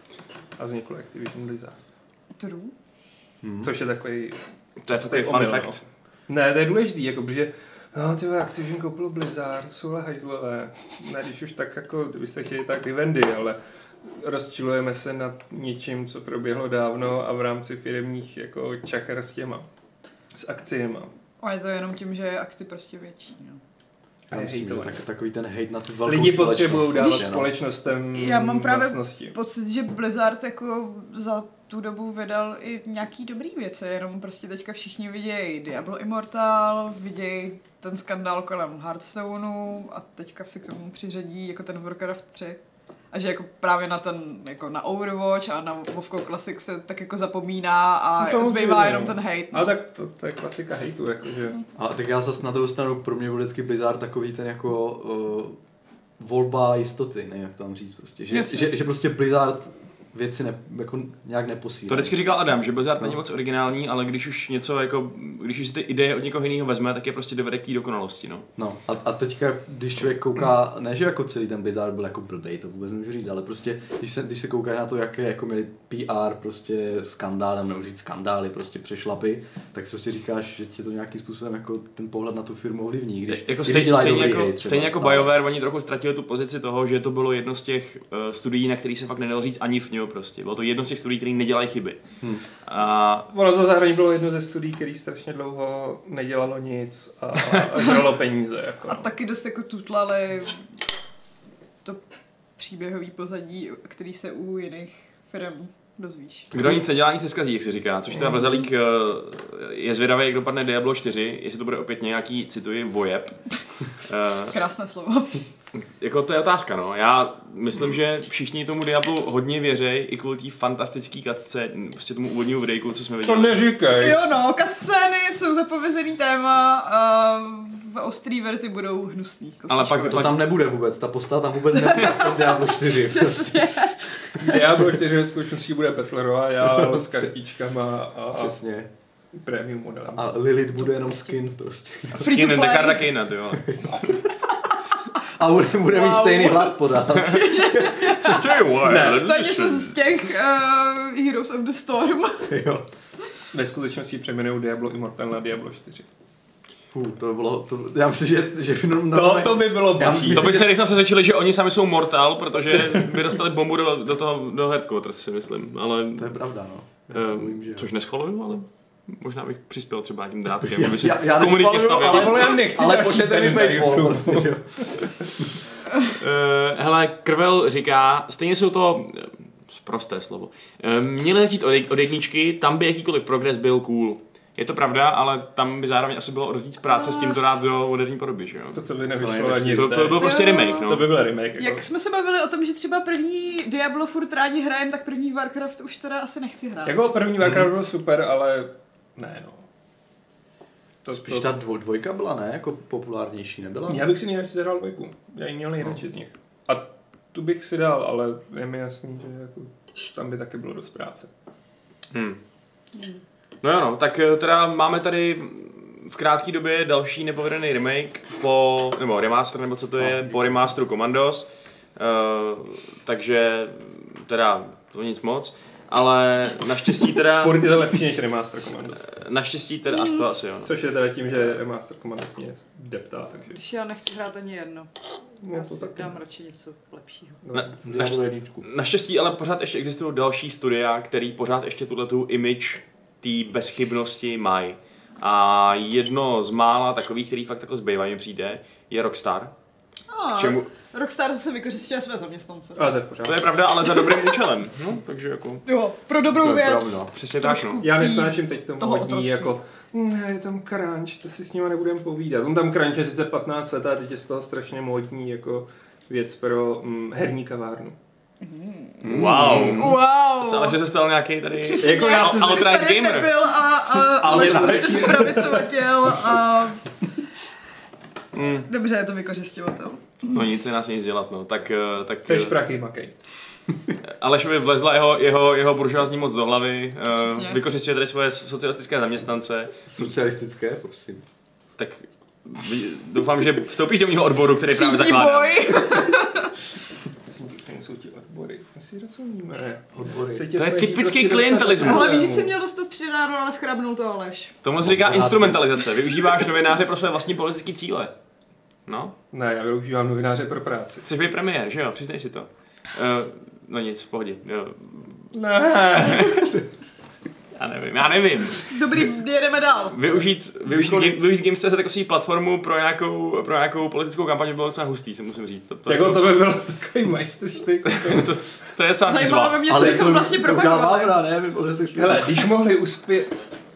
A vzniklo Activision Blizzard. True. Hmm. Což je takový... To je takový fun fact. Ne, to je důležitý, jako, protože no, ty vole, Activision koupilo Blizzard, jsou ale hajzlové. Ne, když už tak jako, kdybyste chtěli, tak Vivendi, ale rozčilujeme se nad něčím, co proběhlo dávno a v rámci firemních jako čacher s těma, s akciema. A je to jenom tím, že je akty prostě větší, no. Já myslím, že hejtovaný. tak, takový ten hate na tu velkou Lidi společnost potřebují dávat prostě, no. společnostem Já mám právě vlastnosti. pocit, že Blizzard jako za tu dobu vydal i nějaký dobrý věci, jenom prostě teďka všichni vidějí Diablo Immortal, vidějí ten skandál kolem Hearthstoneu a teďka si k tomu přiřadí jako ten Warcraft tři. A že jako právě na ten, jako na Overwatch a na WoW Classic se tak jako zapomíná a No, samozřejmě, zbývá jenom no. ten hate. No. Ale tak to, to je klasika hejtu, jakože... A tak já zase na druhou stranu, pro mě byl vždycky Blizzard takový ten jako uh, volba jistoty, ne, jak to mám říct prostě. Že, Jasně. že, že prostě Blizzard věci ne, jako nějak neposílá. To vždycky říkal Adam, že Blizzard No. není moc originální, ale když už něco jako, když už si ty ideje od někoho jiného vezme, tak je prostě dovede k té dokonalosti, no. No a, a teďka, když člověk kouká, ne že jako celý ten Blizzard byl jako blbej, to vůbec nemůžu říct, ale prostě, když se, když se kouká na to, jaké jako měli P R, prostě skandálem, nebo říct skandály, prostě přešlapy, tak si prostě říkáš, že tě to nějakým způsobem jako ten pohled na tu firmu ovlivní, když, Jako když stejně, dělají stejně, dobrý jako, hejt třeba stejně jako stále. BioWare, oni trochu ztratili tu pozici toho, že to bylo jedno z těch uh, studií, na který se fakt nedalo říct ani fňo prostě. Bylo to jedno z těch studií, který nedělají chyby. Hmm. A Ono to zahrání bylo jedno ze studií, který strašně dlouho nedělalo nic a, a žralo peníze. Jako, A no. taky dost jako tutlali to příběhový pozadí, který se u jiných firm dozvíš. kdo nic nedělá, nic neskazí, jak se říká. Což teda Vrzalík uh, je zvědavý, jak dopadne Diablo čtyři, jestli to bude opět nějaký, cituji, vojeb. Uh, Krásné slovo. Jako to je otázka, no. Já myslím, že všichni tomu Diablu hodně věřejí, i kvůli té fantastické katce, prostě tomu úvodnímu videjku, co jsme To viděli. neříkej! Jo no, kascény jsou zapovězený téma a v ostrý verzi budou hnusný. Ale pak- To tam nebude vůbec, ta postava tam vůbec nebude v tom Diablo čtyři. Přesně. Diablo čtyři ve skutečnosti bude Battle Royale s kartičkama a Přesně. premium modelem. A Lilith bude jenom skin prostě. Free Skin to play. Dekarda Kejna, ty vole. A bude, bude mít Wow. stejný hlas podat. Stay away, Ne, To je něco z těch uh, Heroes of the Storm. Jo. Ve skutečnosti přejmenují Diablo Immortal na Diablo čtyři. Fů, to bylo, to, já myslím, že, že no, No, to by bylo Já boží. myslím, To by že- se rychle přesvědčili, že oni sami jsou mortal, protože by dostali bombu do, do toho, do headquarters, si myslím, ale... To je pravda, no. Já si eh, bojím, že jo. což neschvaluju, ale možná bych přispěl třeba tím drátkem, kdyby se Já, já komunitě neschvaluju, stavěl. ale, Ale já nechci ale další pošlete mi termín na Paypal. YouTube. protože- Uh, hele, Krvel říká, stejně jsou to, eh, prosté slovo, uh, měli začít od, od jedničky, tam by jakýkoliv progres byl cool. Je to pravda, ale tam by zároveň asi bylo o dost víc práce s tím to dát do moderní podoby, že jo? To, to by Co nevyšlo nejvíc. ani To, to byl To prostě jo. remake, no. To by byl remake. Jako. Jak jsme se bavili o tom, že třeba první Diablo furt rádi hrajem, tak první Warcraft už teda asi nechci hrát. Jako první Warcraft byl super, ale ne no. To, Spíš ta dvoj, dvojka byla, ne? Jako populárnější, nebyla? Já bych si nejradši zahrál dvojku. Já ji měl nejradši z nich. A tu bych si dal, ale je mi jasný, že jako, tam by taky bylo dost práce. Hmm. No jo, no, tak eh, teda máme tady v krátké době další nepovedený remake po, nebo remaster, nebo co to je, po remasteru Commandos. Uh, takže teda to nic moc, ale naštěstí teda, Furt je to lepší než Remaster Commandos. naštěstí teda, až to asi jo. No. Což je teda tím, že Remaster Commandos mě deptá, takže... Když já nechci hrát ani jedno. No, Já to si taky. dám radši něco lepšího. No, Na- Diablo jedničku. Naštěstí ale pořád ještě existují další studia, který pořád ještě tuhletu image té bezchybnosti mají. A jedno z mála takových, který fakt takhle zbývají, mi přijde, je Rockstar. A K čemu? Rockstar zase vykořistuje své zaměstnance. ale to je v To pořádku. je pravda, ale za dobrým účelem. No, takže jako... Jo, pro dobrou To je věc. pravda. Přesně tak, no. Já tý- nesnáším teď tomu toho hodní otroctví. jako ne, je tam crunch, to si s nima nebudeme povídat. On tam crunch je sice patnáct let a teď je z toho strašně módní jako věc pro mm, herní kavárnu. Wow. Wow. Ale že se stal nějaký tady... Přesně, Jako já se alt-right starý gamer. nebyl a, a ale Ale prostě zpravicovatěl a... Mm. Dobře, je to vykořišťovatel. No nic, je nás nic dělat, no. Tak, eh, tak Chceš eh, prachy, makej. Alešovi vlezla jeho, jeho, jeho buržoázní moc do hlavy, Přesně. uh, vykořistuje tady svoje socialistické zaměstnance, Socialistické, prosím. tak vy- doufám, že vstoupíš do mého odboru, který právě Třídní zakládám. boj. To jsou ti odbory, my si rozumíme. Odbory. Se tě To je snaží typický prostě klientelismus. dostat do Ale víš, že problému. jsi měl dostat přidáno, ale schrabnul to Aleš. Tomu se říká instrumentalizace. Využíváš novináře pro své vlastní politické cíle. No, Ne, já využívám novináře pro práci. chceš být premiér, že jo? Přiznej si to. Uh, no nic, v pohodě. Jo. Ne. Já nevím, já nevím. Dobrý, jedeme dál. Využít, využít, game, využít Games tečka cé zet jako svou platformu pro nějakou, pro nějakou politickou kampaň by bylo docela hustý, si musím říct. To, to, Jako to by byl takový majstrštyk. to, to je docela Zajímalo výzva. by mě, co bychom vlastně propagovali. Vávra, ne? My podle se Hele, když mohli uspět...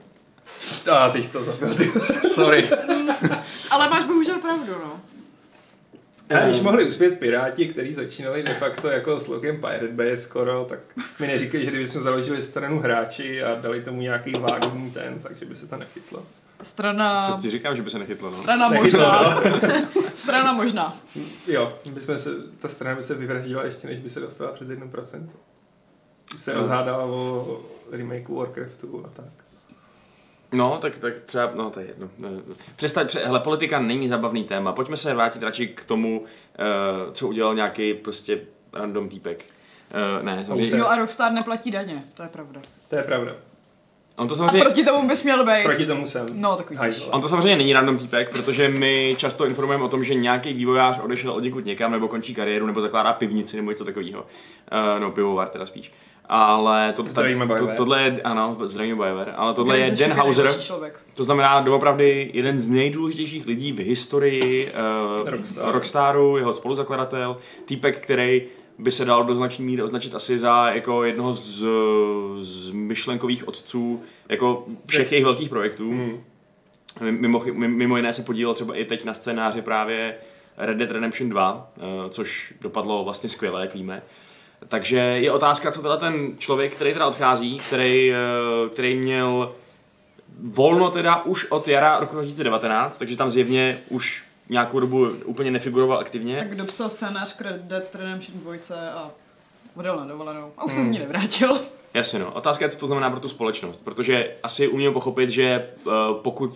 A teď jsi to zabil, ty. Sorry. Ale máš bohužel pravdu, no. Ale když mohli uspět Piráti, kteří začínali de facto jako s logem Pirate Bay skoro, tak mi neříkej, že kdybychom založili stranu hráči a dali tomu nějaký vágní ten, takže by se to nechytlo. Strana... To ti říkám, že by se nechytlo, no. Strana Nechytlo, možná. Strana možná. Jo, by jsme se, ta strana by se vyvraždila ještě, než by se dostala přes jedno procento. By se No. rozhádala o remakeu Warcraftu a tak. No, tak, tak třeba, no to je jedno. Přestaň, pře, hele, politika není zabavný téma. Pojďme se vrátit radši k tomu, uh, co udělal nějaký prostě random týpek. Uh, ne, samozřejmě. Jo, a Rockstar neplatí daně, to je pravda. To je pravda. On to A samozřejmě... proti tomu bys měl být. Proti tomu jsem. No, tak vidíš. hajzl. On to samozřejmě není random týpek, protože my často informujeme o tom, že nějaký vývojář odešel od někud někam, nebo končí kariéru, nebo zakládá pivnici, nebo něco takového. Uh, no, pivovar teda spíš. Ale to, Zdravíme to, BioWare. tohle je, ano, zdravíme BioWare, ale tohle je Organizační Dan Houser, nejlepší člověk. to znamená doopravdy jeden z nejdůležitějších lidí v historii uh, Rockstar. Rockstaru, jeho spoluzakladatel, týpek, který by se dal do značné míry označit asi za jako jednoho z, z myšlenkových otců jako všech jejich velkých projektů. Hmm. Mimo, mimo jiné se podílel třeba i teď na scénáři právě Red Dead Redemption dva, uh, což dopadlo vlastně skvěle, jak víme. Takže je otázka, co teda ten člověk, který teda odchází, který, uh, který měl volno teda už od jara roku dva tisíce devatenáct, takže tam zjevně už nějakou dobu úplně nefiguroval aktivně. Tak dopsal scénář k Red Dead Redemption dva a odjel na dovolenou. A už se z ní nevrátil. Jasně no, otázka je, co to znamená pro tu společnost, protože asi umím pochopit, že uh, pokud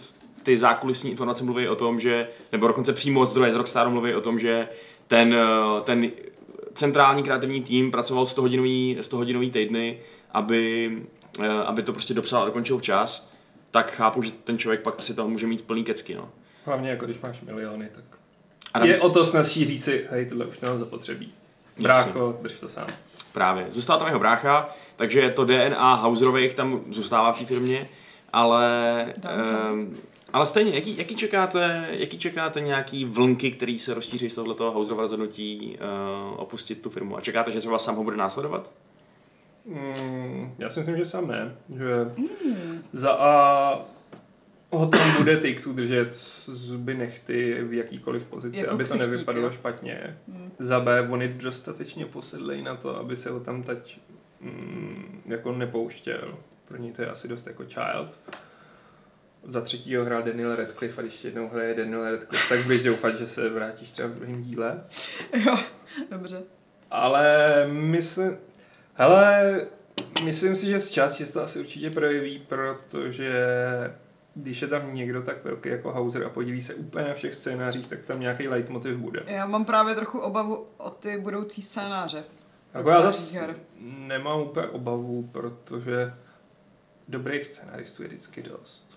ty zákulisní informace mluví o tom, že, nebo dokonce přímo zdroje z Rockstaru mluví o tom, že ten, ten centrální kreativní tým pracoval sto hodinový, sto hodinový týdny, aby, aby to prostě dopsal a dokončil včas, tak chápu, že ten člověk pak si toho může mít plný kecky, no. Hlavně jako když máš miliony, tak a je o to snazší říci, hej, tohle už nemám zapotřebí. Brácho, drž to sám. Právě. Zůstává tam jeho brácha, takže to D N A Hauserových tam zůstává v té firmě, ale, um, ale stejně, jaký, jaký, čekáte, jaký čekáte nějaký vlnky, který se rozšíří z tohoto Hauserova rozhodnutí uh, opustit tu firmu? A čekáte, že třeba sám ho bude následovat? Mm, já si myslím, že sám ne. Že mm. za A ho tam bude Take-Two držet zuby nechty v jakýkoliv pozici, jako aby to nevypadalo špatně. Mm. Za B, on je dostatečně posedlej na to, aby se ho tam teď mm, jako nepouštěl. Pro něj to je asi dost jako child. Za třetího hrál Daniel Radcliffe a když jednou hraje Daniel Radcliffe, tak běž doufat, že se vrátíš třeba v druhém díle. Jo, dobře. Ale myslím... Hele, myslím si, že z části se to asi určitě projeví, protože když je tam někdo tak velký jako Hauser a podílí se úplně na všech scénářích, tak tam nějaký leitmotiv bude. Já mám právě trochu obavu o ty budoucí scénáře. Jako já zase nemám úplně obavu, protože dobrých scénáristů je vždycky dost.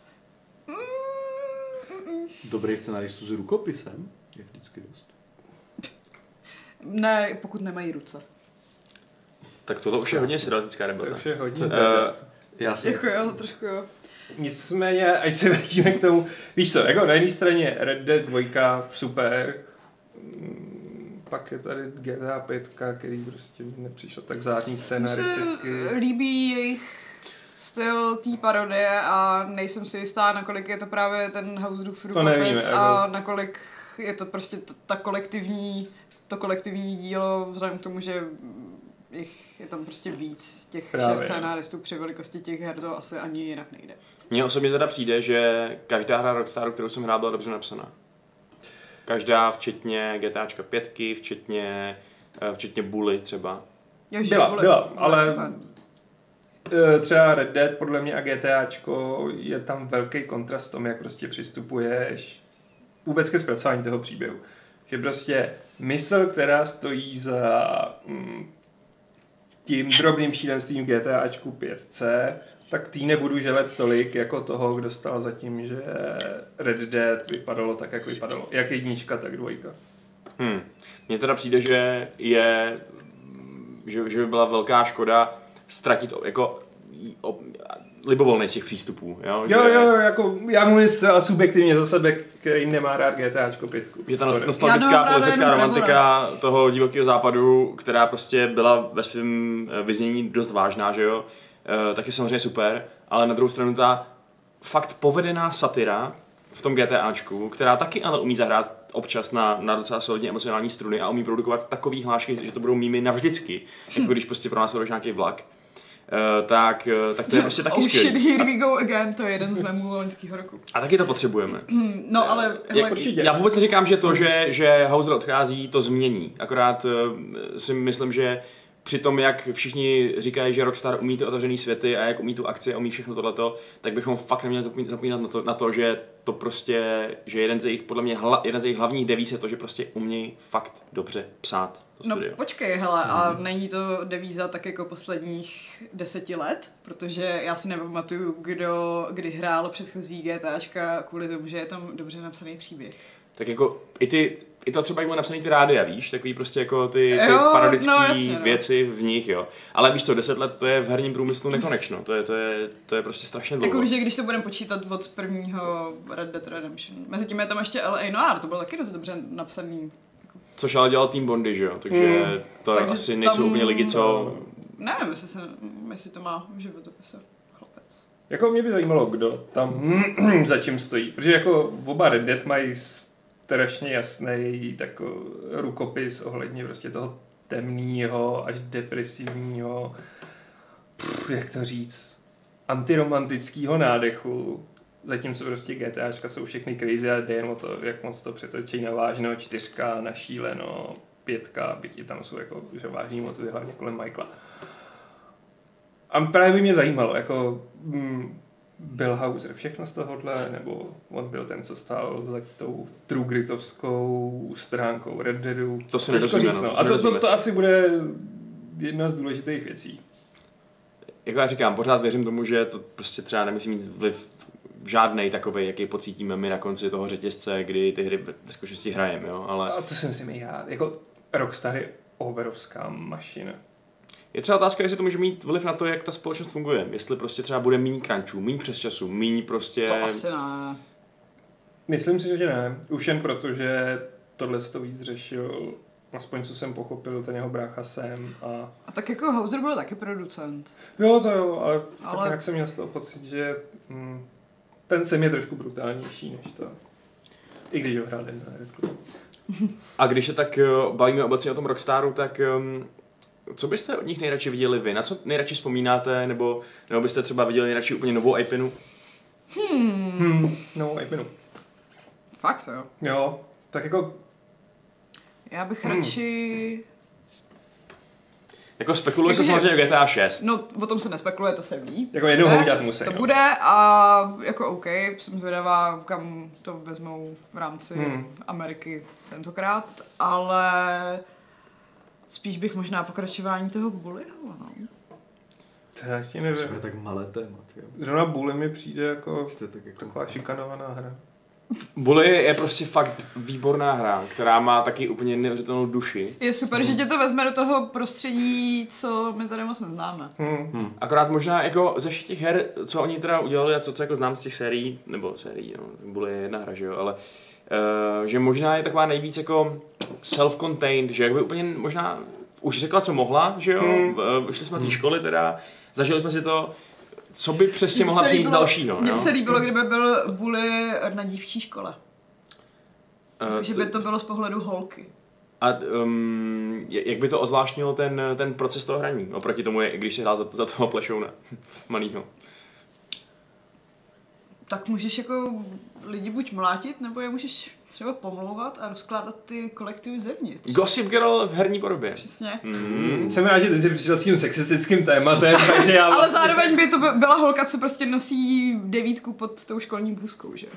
Dobrých scénáristů s rukopisem je vždycky dost. Ne, pokud nemají ruce. Tak tohle už je hodně surrealistická debata. To už je hodně uh, Já si... Jako jo, trošku jo. Nicméně, ať se vrátíme k tomu, víš co, jako na jedné straně Red Dead dva, super, pak je tady G T A pět, který prostě nepřišel tak zářný scénaristicky. Mně se líbí jejich styl té parodie a nejsem si jistá, nakolik je to právě ten Hauserův rukopis a jako... nakolik je to prostě t- ta kolektivní, to kolektivní dílo, vzhledem k tomu, že jich je tam prostě víc těch šéf scénáristů při velikosti těch her, to asi ani jinak nejde. Mně osobně teda přijde, že každá hra Rockstaru, kterou jsem hrál, byla dobře napsaná. Každá, včetně GTAčka pětky, včetně, včetně Bully třeba. Jož, byla, Bully, byla, ale super. Třeba Red Dead podle mě a GTAčko je tam velký kontrast v tom, jak prostě přistupuješ vůbec ke zpracování toho příběhu. Že prostě mysl, která stojí za mm, tím drobným šílenstvím GTAčku pět, tak tý nebudu želet tolik jako toho, kdo stál za tím, že Red Dead vypadalo tak, jak vypadalo. Jak jednička, tak dvojka. Hmm. Mně teda přijde, že je, že, že by byla velká škoda ztratit jako o, libovolný z těch přístupů. Jo, jo, že, jo, jako já mluvím zcela subjektivně za sebe, který nemá rád GTAčko pět. Že ta nostalgická, filozofická romantika toho divokého západu, která prostě byla ve svém vyznění dost vážná, že jo, e, tak je samozřejmě super, ale na druhou stranu ta fakt povedená satira v tom GTAčku, která taky ale umí zahrát občas na, na docela solidně emocionální struny a umí produkovat takový hlášky, že to budou mýmy navždycky, jako když prostě pro nás sleduješ nějaký vlak. Uh, tak, uh, tak to je prostě taky oh skvělý. Oh shit, here we go again, to je jeden z memů loňského roku. A taky to potřebujeme. No ale... Hele, určitě. Já vůbec neříkám, že to, že, že Hauser odchází, to změní. Akorát uh, si myslím, že při tom, jak všichni říkají, že Rockstar umí ty otevřený světy a jak umí tu akci a umí všechno tohleto, tak bychom fakt neměli zapomínat na to, na to, že to prostě, že jeden z jejich, podle mě, hla, jeden z jejich hlavních devíz je to, že prostě umějí fakt dobře psát to no studio. Počkej, hele, a není to devíza tak jako posledních deseti let? Protože já si nepamatuju, kdo kdy hrál předchozí GTAčka kvůli tomu, že je tam dobře napsaný příběh. Tak jako i ty I to třeba, jak bylo napsaný ty rádia, víš, takový prostě jako ty, ty jo, parodické no, jasně, no. věci v nich, jo. Ale víš co, deset let to je v herním průmyslu nekonečno, to je, to je, to je prostě strašně dlouho. Jako, že když to budeme počítat od prvního Red Dead Redemption. Mezitím je tam ještě L A Noir, to bylo taky dost dobře napsaný. Což ale dělal Team Bondy, že jo, takže mm. to takže asi nejsou tam... úplně lidi, co... Nevím, jestli, se, jestli to má v životopise chlapec. Jako mě by zajímalo, kdo tam za čím stojí, protože jako oba Red Dead mají strašně jasný takový rukopis ohledně prostě toho temného až depresivního, pff, jak to říct, antiromantického nádechu. Zatímco prostě GTAčka jsou všechny crazy a jde jen o to, jak moc to přetočí na vážno, čtyřka, na šíleno, pětka, byť tam jsou jako, že vážný motivy hlavně kolem Michaela. A právě by mě zajímalo, jako, hm, Bill Hauser všechno z tohohle, nebo on byl ten, co stál za tou True Gritovskou stránkou Red Deadu. To se nedozvíme, no. A to, to, to asi bude jedna z důležitých věcí. Jako já říkám, pořád věřím tomu, že to prostě třeba nemusí mít vliv žádnej takovej, jaký pocítíme my na konci toho řetězce, kdy ty hry ve skutečnosti hrajeme, jo, ale... A to si myslím i já. Jako Rockstar je obrovská mašina. Je třeba otázka, jestli to může mít vliv na to, jak ta společnost funguje. Jestli prostě třeba bude míň crunchů, míň přesčasů, míň prostě... To asi ne. Myslím si, že ne. Už jen proto, že tohle to víc řešil, aspoň co jsem pochopil, ten jeho brácha Sam a... A tak jako Hauser byl taky producent. Jo, to jo, ale, ale... tak nějak jsem měl z toho pocit, že hm, ten Sam je trošku brutálnější než to. I když ho hrál den na Red Club. A když se tak uh, bavíme obecně o tom Rockstaru, tak um, co byste od nich nejradši viděli vy? Na co nejradši vzpomínáte? Nebo, nebo byste třeba viděli nejradši úplně novou Ipinu? Hmm. Hmm, novou Ipinu. Fakt jo. Jo, tak jako... Já bych Hmm. radši... Jako spekuluje se Jakože- samozřejmě G T A šest. No, o tom se nespekuluje, to se ví. Jako jednou Bude, ho udělat musí. To no. bude a jako OK, jsem zvědavá, kam to vezmou v rámci Hmm. Ameriky tentokrát, ale spíš bych možná pokračování toho Bullyho, no. To já ti To nevím. je tak malé téma, tyjo. Zrovna Bully mi přijde jako To je tak jako... taková šikanovaná hra. Bully je prostě fakt výborná hra, která má taky úplně neuvěřitelnou duši. Je super, že tě to vezme do toho prostředí, co my tady moc neznáme. Hmm. Hmm. Akorát možná jako ze všech těch her, co oni teda udělali a co, co jako znám z těch sérií, nebo sérií, no, Bully je jedna hra, že jo, ale uh, že možná je taková nejvíc jako self-contained, že jakby úplně možná už řekla, co mohla, že jo, Hmm. uh, šli jsme na té školy teda, zažili jsme si to, co by přesně Mně mohla se přijít z líbilo- dalšího, Mně jo? by se líbilo, kdyby byl Bully na dívčí škole. Uh, Že by to bylo z pohledu holky. A um, jak by to ozvláštnilo ten, ten proces toho hraní, oproti tomu, je, když se hrál za, za toho plešouna malýho. Tak můžeš jako lidi buď mlátit, nebo je můžeš třeba pomlouvat a rozkládat ty kolektivy zevnitř. Gossip Girl v herní podobě. Přesně. Mm. Jsem rád, že ty jsi přišel s tím sexistickým tématem, takže já... Ale zároveň by to by- byla holka, co prostě nosí devítku pod tou školní blůzkou, že?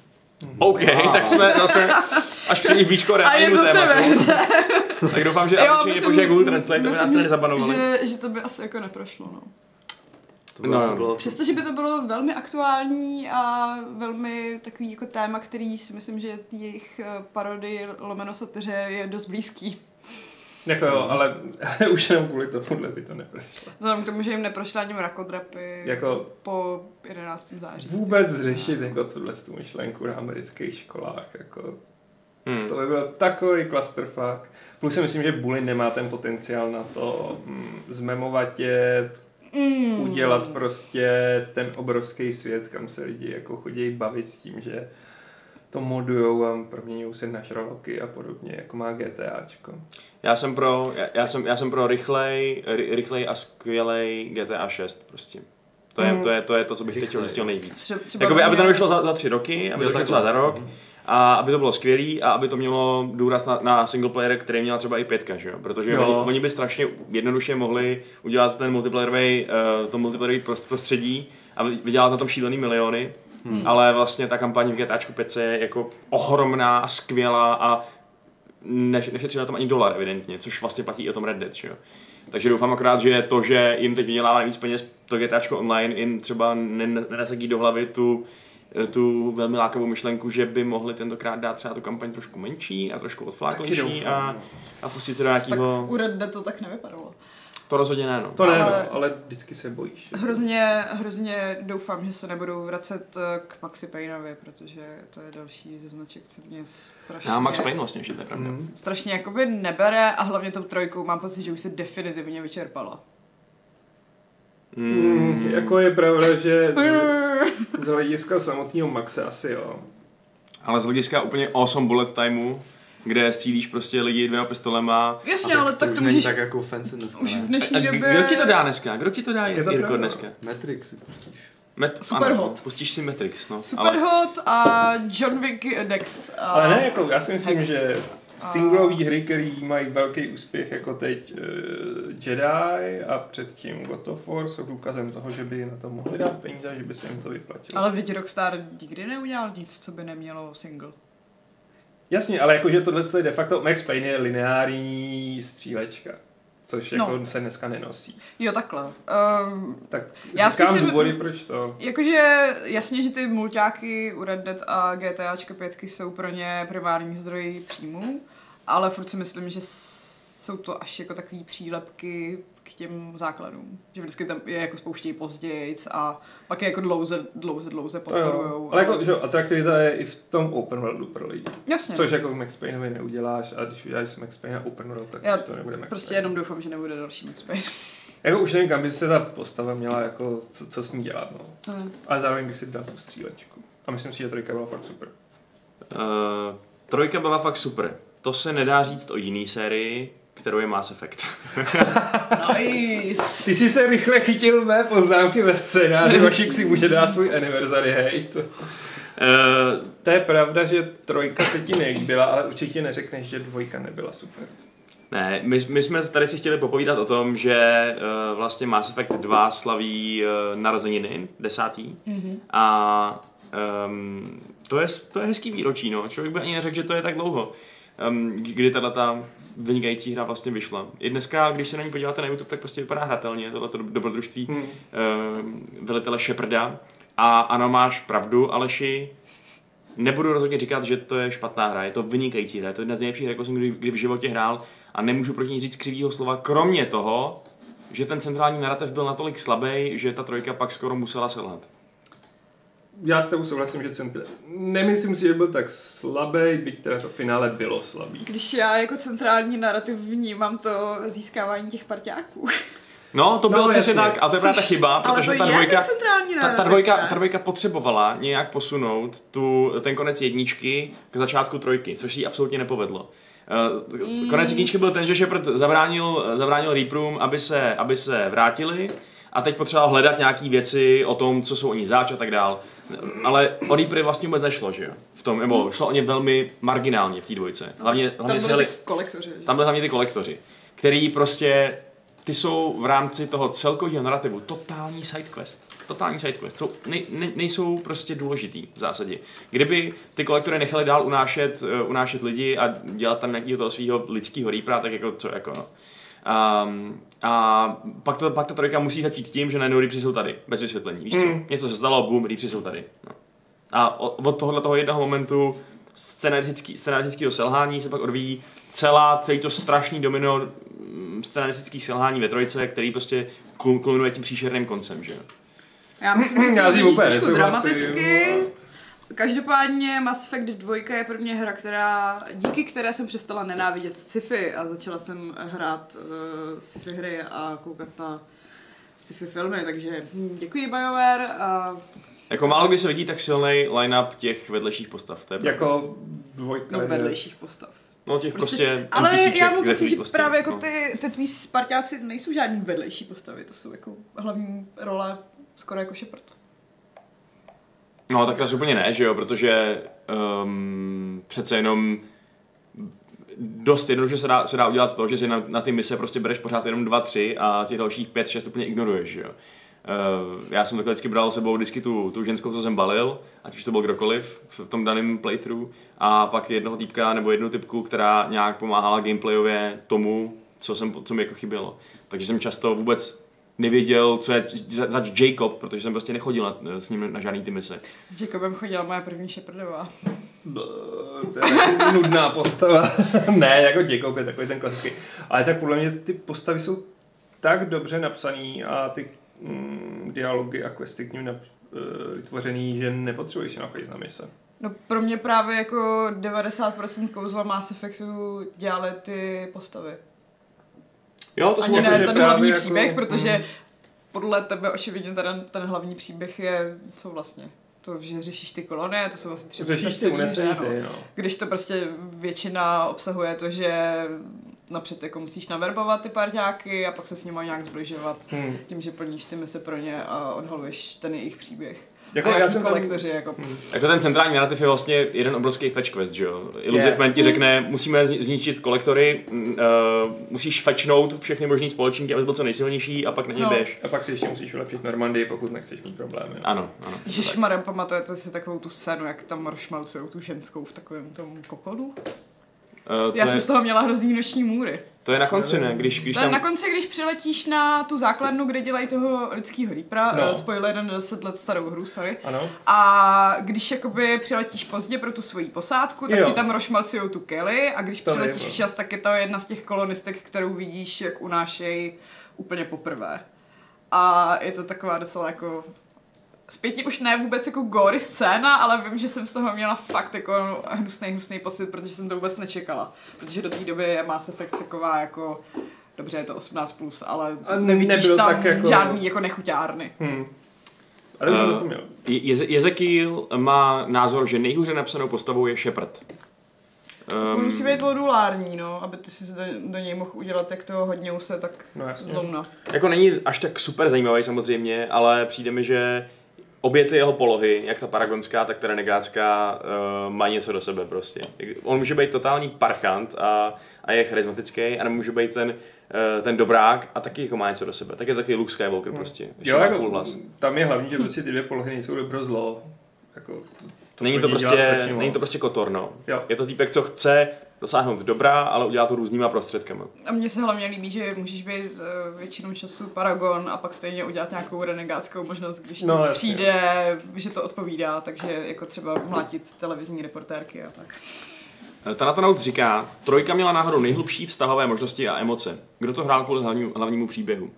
OK, tak jsme zase, až přijde blízko A je reálnému zase ve tématu. hře. Tak doufám, že Jo, angličtině myslím- použije Google Translate, aby nás myslím, tady nezabanovali. Že, že to by asi jako neprošlo, no. To by No, asi no. bylo... Přestože by to bylo velmi aktuální a velmi takový jako téma, který si myslím, že jejich eh, parodii lomeno satiře je dost blízký. Jako jo, ale už jenom kvůli tomuhle by to neprošlo. Vzhledem k tomu, že jim neprošla ani mrakodrapy Jako po jedenáctého září. vůbec řešit jako tuhle tu myšlenku na amerických školách, jako Hmm. to by byl takový clusterfuck. Plus si myslím, že Bully nemá ten potenciál na to hm, zmemovatět, Mm. udělat prostě ten obrovský svět, kam se lidi jako chodí bavit s tím, že to modujou a proměňují se na žraloky a podobně, jako má GTAčko. Já jsem pro, já, já jsem, já jsem pro rychlej, ry, rychlej a skvělej G T A šest prostě. To je, Hmm. to je, to je to, co bych teď chtěl, Rychlej. chtěl nejvíc. Tře- třeba Jakoby, aby to mě- nevyšlo za, za tři roky, aby Jo, to vyšlo takhle. třeba za rok, a aby to bylo skvělý a aby to mělo důraz na, na single player, který měla třeba i pětka, že jo? Protože Jo. oni, oni by strašně jednoduše mohli udělat ten multiplayerový, uh, to multiplayerový prost- prostředí a vydělat na tom šílený miliony, hmm. ale vlastně ta kampaň v GTAčku pět je jako ohromná a skvělá a než, nešetří na tom ani dolar evidentně, což vlastně platí i o tom Red Dead, že jo? Takže doufám akorát, že to, že jim teď vydělává nejvíc peněz to GTAčko online, jim třeba nenasadí do hlavy tu tu velmi lákavou myšlenku, že by mohli tentokrát dát třeba tu kampaň trošku menší a trošku odfláklejší a, a pustit se do Tak nějakého... u Red Dead to tak nevypadalo. To rozhodně ne, no. To ne, Ale- no, ale vždycky se bojíš. Hrozně, hrozně doufám, že se nebudou vracet eh, k Maxi Payneovi, protože to je další ze značek, co mě strašně... Já Max Payne vlastně, že to je pravda. Mm. strašně jakoby nebere a hlavně tou trojkou mám pocit, že už se definitivně vyčerpala. Mm, jako je pravda, že z, z hlediska samotného Maxe asi jo. Ale z hlediska úplně awesome bullet timeu, kde střílíš prostě lidi dvěma pistolema. Jasně, A ale tak už to není můžeš... tak jako fancy dneska, Už v ne? A dnešní k- době... kdo ti to dá dneska? Kdo ti to dá, Je to Jirko, pravda. dneska? Matrix si pustíš. Met, Super ano, hot. pustíš si Matrix, no. Superhot a John Wick Dex. A... Ale ne, jako já si myslím, Hex. že Singlový hry, které mají velký úspěch, jako teď uh, Jedi a předtím God of War, jsou důkazem toho, že by na to mohli dát peníze, že by se jim to vyplatilo. Ale vidí Rockstar nikdy neudělal nic, co by nemělo single. Jasně, ale jakože tohle je de facto Max Payne je lineární střílečka, což jako No. se dneska nenosí. Jo, takhle. Um, Tak Já říkám spíš si- důvody, proč to. Jakože jasně, že ty mulťáky u Red Dead a GTAčka pětky jsou pro ně primární zdroj příjmů, ale furt si myslím, že jsou to až jako takový přílepky k těm základům. Že vždycky tam je jako spouštějí pozdějc a pak je jako dlouze, dlouze, dlouze To jo. podporujou. Ale jako, že jo, atraktivita je i v tom open worldu pro lidi. Jasně. Což jako v Max Payneovi neuděláš a když uděláš Max Payne open world, tak Já už to nebude Max Prostě Payne. jenom doufám, že nebude další Max Payne. Jako už nevím, kam by se ta postava měla jako, co, co s ní dělat, no. Hmm. Ale zároveň bych si dal tu střílečku. A myslím si, že trojka byla fakt super. Uh, trojka byla fakt super. To se nedá říct o jiný sérii, kterou je Mass Effect. Nice. Ty jsi se rychle chytil mé poznámky ve scénáři, Vašik si může dát svůj anniversary hate. Uh, To je pravda, že trojka se ti nelíbila, ale určitě neřekneš, že dvojka nebyla super. Ne, my, my jsme tady si chtěli popovídat o tom, že uh, vlastně Mass Effect dva slaví uh, narozeniny, desátý. Mm-hmm. A um, to, je, to je hezký výročí, no. Člověk by ani neřekl, že to je tak dlouho. Um, kdy tato vynikající hra vlastně vyšla. I dneska, když se na ní podíváte na YouTube, tak prostě vypadá hratelně, tohleto dobrodružství hmm. uh, velitele Sheparda. A ano, máš pravdu, Aleši, nebudu rozhodně říkat, že to je špatná hra, je to vynikající hra, je to jedna z nejlepších her, jako jsem kdy, kdy v životě hrál a nemůžu proti ní říct křivýho slova, kromě toho, že ten centrální narrativ byl natolik slabý, že ta trojka pak skoro musela selhat. Já s tebou souhlasím, že centr... Nemyslím si, že byl tak slabý, byť teda to finále bylo slabý. Když já jako centrální narrativ vnímám to získávání těch parťáků. No, to bylo No, přesně jasně. tak, a to je právě ta chyba, Ale protože to ta je dvojka, ten centrální ta, narrativ, ta, dvojka, ne? ta dvojka potřebovala nějak posunout tu, ten konec jedničky k začátku trojky, což jí absolutně nepovedlo. Uh, konec jedničky byl ten, že Shepard zabránil, zabránil Reaperům, aby se, aby se vrátili a teď potřeboval hledat nějaký věci o tom, co jsou oni zač a tak dál. Ale o Reapery vlastně vůbec nešlo, že jo? V tom, nebo šlo o ně velmi marginálně v té dvojce. Hlavně, Tam hlavně byly heli, ty kolektoři. že? tam byly hlavně ty kolektoři, který prostě ty jsou v rámci toho celkového narrativu totální sidequest. Totální sidequest. Jsou, nej, ne, nejsou prostě důležitý v zásadě. Kdyby ty kolektory nechali dál unášet, uh, unášet lidi a dělat tam nějakého toho svého lidského Reapera, tak jako co jako no. Um, a pak, to, pak ta trojka musí začít tím, že najednou Reapři jsou tady, bez vysvětlení, víš co? Hmm. Něco se stalo, boom, Reapři jsou tady. No. A od tohohle toho jednoho momentu scenaristický, scenaristického selhání se pak odvíjí celá, celý to strašný domino scenaristických selhání ve trojce, který prostě kulminuje tím příšerným koncem, že jo. Já myslím, že Já to s tím vidíš úplně trošku nesouhlasím, dramaticky. no. Každopádně Mass Effect dva je pro mě hra, která, díky které jsem přestala nenávidět sci-fi a začala jsem hrát uh, sci-fi hry a koukat na sci-fi filmy, takže hm, děkuji BioWare a Jako málo kdy se vidí tak silný line-up těch vedlejších postav, to je pravda. Jako dvojka no, je- vedlejších postav. No těch prostě, prostě ale NPCček, já mám kde pocit, chodí že postavy, právě jako no. ty, ty tví Spartáci nejsou žádný vedlejší postavy, to jsou jako hlavní role skoro jako Shepard. No tak to úplně ne, že jo, protože um, přece jenom dost jednoduše se dá, se dá udělat to, že si na, na ty mise prostě bereš pořád jenom dva, tři a těch dalších pět, šest úplně ignoruješ, že jo. Uh, já jsem takhle vždycky bral s sebou vždycky tu, tu ženskou, co jsem balil, ať už to byl kdokoliv v tom daném playthrough, a pak jednoho týpka nebo jednu typku, která nějak pomáhala gameplayově tomu, co, jsem, co mi jako chybělo. Takže jsem často vůbec nevěděl, co je zač Jacob, protože jsem prostě nechodil na, s ním na žádný ty mise. S Jacobem chodila moje první Shepardová. To je taková nudná postava. Ne, jako Jacob je takový ten klasický. Ale tak podle mě ty postavy jsou tak dobře napsaný a ty mm, dialogy a questy k ním nap, uh, vytvořený, že nepotřebuješ si nachodit na mise. No pro mě právě jako devadesát procent kouzla Mass Effectu dělaly ty postavy. Jo, to Ani jsem ne že ten právě hlavní jako- příběh, protože mm. podle tebe očividně ten, ten hlavní příběh je, co vlastně? To, že řešíš ty kolonie, to jsou asi tři Řešíš postavy ty v celý hře, unesení no. ty, no. Když to prostě většina obsahuje to, že napřed jako musíš naverbovat ty parťáky a pak se s nimi nějak zbližovat Hmm. tím, že plníš ty mise pro ně a odhaluješ ten jejich příběh. Jako a já jaký jsem tam- kolektoři, jako... Jako ten centrální narrativ je vlastně jeden obrovský fetch quest, že jo? Illusive Yeah. Man ti řekne, musíme zni- zničit kolektory, uh, musíš fetchnout všechny možný společníky, aby byl co nejsilnější a pak na ně No. běž. A pak si ještě musíš vylepšit Normandii, pokud nechceš mít problémy. Ano, ano. Ježišmarja, pamatujete si takovou tu scénu, jak tam rozšmalcujou tu ženskou v takovém tom kokonu? Uh, to, Já je, jsem z toho měla hrozný noční můry. to je na konci, ne? Když, když To je tam... na konci, když přiletíš na tu základnu, kde dělají toho lidského Reapera, No. no. spoiler na deset let starou hru, sorry. Ano. A když jakoby přiletíš pozdě pro tu svoji posádku, tak Jo. ti tam rošmalcujou tu Kelly a když To přiletíš vím, včas, tak je to jedna z těch kolonistek, kterou vidíš, jak unášejí úplně poprvé. A je to taková docela jako... Zpětně už ne vůbec jako gory scéna, ale vím, že jsem z toho měla fakt jako hnusnej, hnusnej pocit, protože jsem to vůbec nečekala. Protože do té doby je Mass Effect taková jako... Dobře, je to osmnáct plus, ale A nevidíš nebyl tam tak jako- žádný jako nechuťárny. Hmm. Ale už jsem Uh, zapomněl. Je- Ezekiel má názor, že nejhůře napsanou postavou je Shepard. To Um, musí být modulární, no, aby ty si do, do něj mohl udělat, jak toho hodně use, tak No jasně. zloumna. Jako není až tak super zajímavý samozřejmě, ale přijde mi, že obě ty jeho polohy, jak ta paragonská, tak ta renegátská, uh, mají něco do sebe prostě. On může být totální parchant a, a je charismatický, a nebo může být ten, uh, ten dobrák a taky jako má něco do sebe. Tak je taky Luke Skywalker prostě. Ještě Jo, má jako, cool hlas. tam je hlavní, že prostě ty dvě polohy nejsou dobro zlo. Jako, to, to Není to, pro ní dělá prostě, strašně není moc. to prostě kotor, no. Jo. Je to týpek, co chce dosáhnout dobrá, ale udělá to různýma prostředkama. A mně se hlavně líbí, že můžeš být uh, většinou času Paragon a pak stejně udělat nějakou renegátskou možnost, když No, to jasně. přijde, že to odpovídá, takže jako třeba mlátit televizní reportérky a tak. Tanatonaut říká, trojka měla náhodou nejhlubší vztahové možnosti a emoce. Kdo to hrál kvůli hlavnímu, hlavnímu příběhu?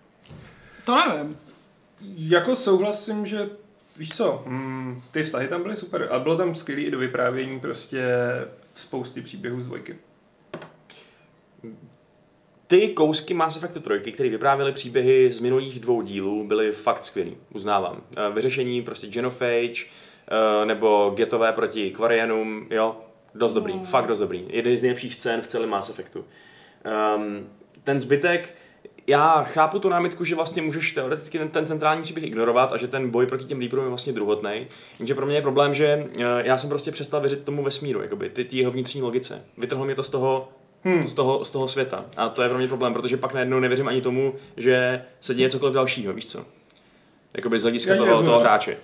To nevím. Jako souhlasím, že víš co, mm, ty vztahy tam byly super a bylo tam skvělý i do vyprávění prostě spousty příběhů z dvojky. Ty kousky Mass Effectu trojky, které vyprávěly příběhy z minulých dvou dílů, byly fakt skvělý, uznávám. Eh, Vyřešení prostě Genophage, eh, nebo Getové proti Quarianům, jo, dost dobrý, Mm. fakt dost dobrý. Jeden z nejlepších scén v celém Mass Effectu. Um, ten zbytek, já chápu tu námitku, že vlastně můžeš teoreticky ten, ten centrální příběh ignorovat a že ten boj proti těm Reaperům je vlastně druhotnej. Jenže pro mě je problém, že uh, já jsem prostě přestal věřit tomu vesmíru, jakoby, ty, ty jeho vnitřní logice. Vytrhlo mě to z toho, Hmm. to z, toho, z toho světa. A to je pro mě problém, protože pak najednou nevěřím ani tomu, že se děje cokoliv dalšího, víš co? Jakoby z hlediska Já toho, rozumím. toho hráče.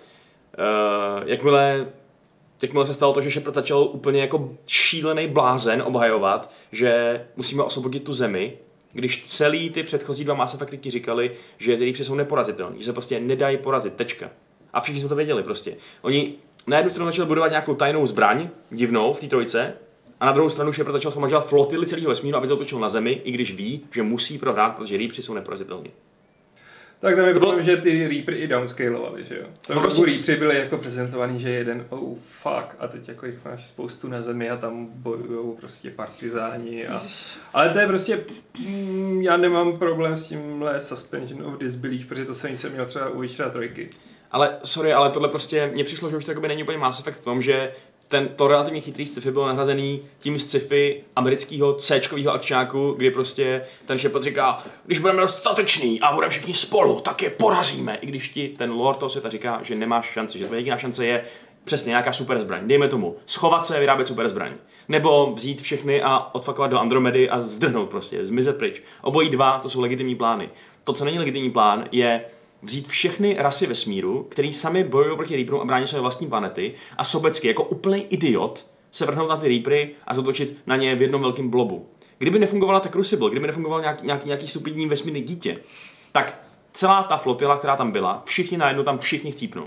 Uh, jakmile Jakmile se stalo to, že Shepard začal úplně jako šílený blázen obhajovat, že musíme osvobodit tu zemi, když celý ty předchozí dva Mass Effecty ti říkali, že ty Reaperi jsou neporazitelní, že se prostě nedají porazit, tečka. A všichni jsme to věděli prostě. Oni na jednu stranu začali budovat nějakou tajnou zbraň, divnou v té trojce, a na druhou stranu Shepard začal shromažďovat flotily celého vesmíru, aby zautočil na zemi, i když ví, že musí prohrát, protože Reaperi jsou neporazitelní. Tak tam je To bylo- problém, že ty Reapery i downscalovali, že jo? Tam No no, prostě- Reapery byli jako prezentovaný, že jeden, oh fuck, a teď jako jich máš spoustu na zemi a tam bojujou prostě partizáni a... Ale to je prostě, mm, já nemám problém s tímhle suspension of disbelief, protože to jsem jsem měl třeba u Witchera trojky. Ale sorry, ale tohle prostě, mně přišlo, že už to jakoby není úplně Mass Effect v tom, že ten, to relativně chytrý sci-fi bylo nahrazený tím sci-fi amerického C-čkového akčáku, kdy prostě ten Shepard říká, když budeme dostateční a budeme všichni spolu, tak je porazíme. I když ti ten lord toho světa říká, že nemáš šanci, že tvoje jediná šance je přesně nějaká super zbraň. Dejme tomu, schovat se, vyrábět super zbraň. Nebo vzít všechny a odfakovat do Andromedy a zdrhnout prostě, zmizet pryč. Obojí dva, to jsou legitimní plány. To, co není legitimní plán, je vzít všechny rasy vesmíru, který sami bojují proti Reaperům a brání své vlastní planety a sobecky jako úplný idiot se vrhnout na ty Reapery a zatočit na ně v jednom velkém blobu. Kdyby nefungovala ta Crucible, kdyby nefungoval nějaký, nějaký, nějaký stupidní vesmírný dítě, tak celá ta flotila, která tam byla, všichni najednou tam všichni chcípnou.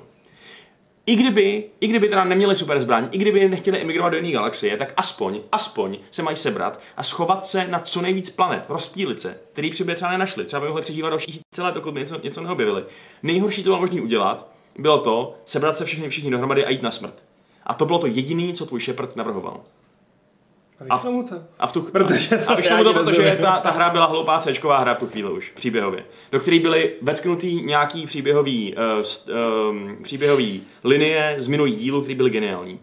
I kdyby, I kdyby teda neměli super zbraň, i kdyby nechtěli emigrovat do jiné galaxie, tak aspoň, aspoň se mají sebrat a schovat se na co nejvíc planet, rozptýlit se, který přibyli třeba nenašli, třeba by mohli přežívat další tisíce let, dokud by něco, něco neobjevili. Nejhorší, co bylo možné udělat, bylo to sebrat se všichni, všichni dohromady a jít na smrt. A to bylo to jediné, co tvůj Shepard navrhoval. A, A v- v, to. A v tu Protože to a vyšlo já mu to, ani protože rozumím. ta, ta hra byla hloupá C-čková hra v tu chvíli už, příběhově. Do které byly vetknutý nějaký příběhový, uh, st, um, příběhový linie z minulých dílů, které byly geniální.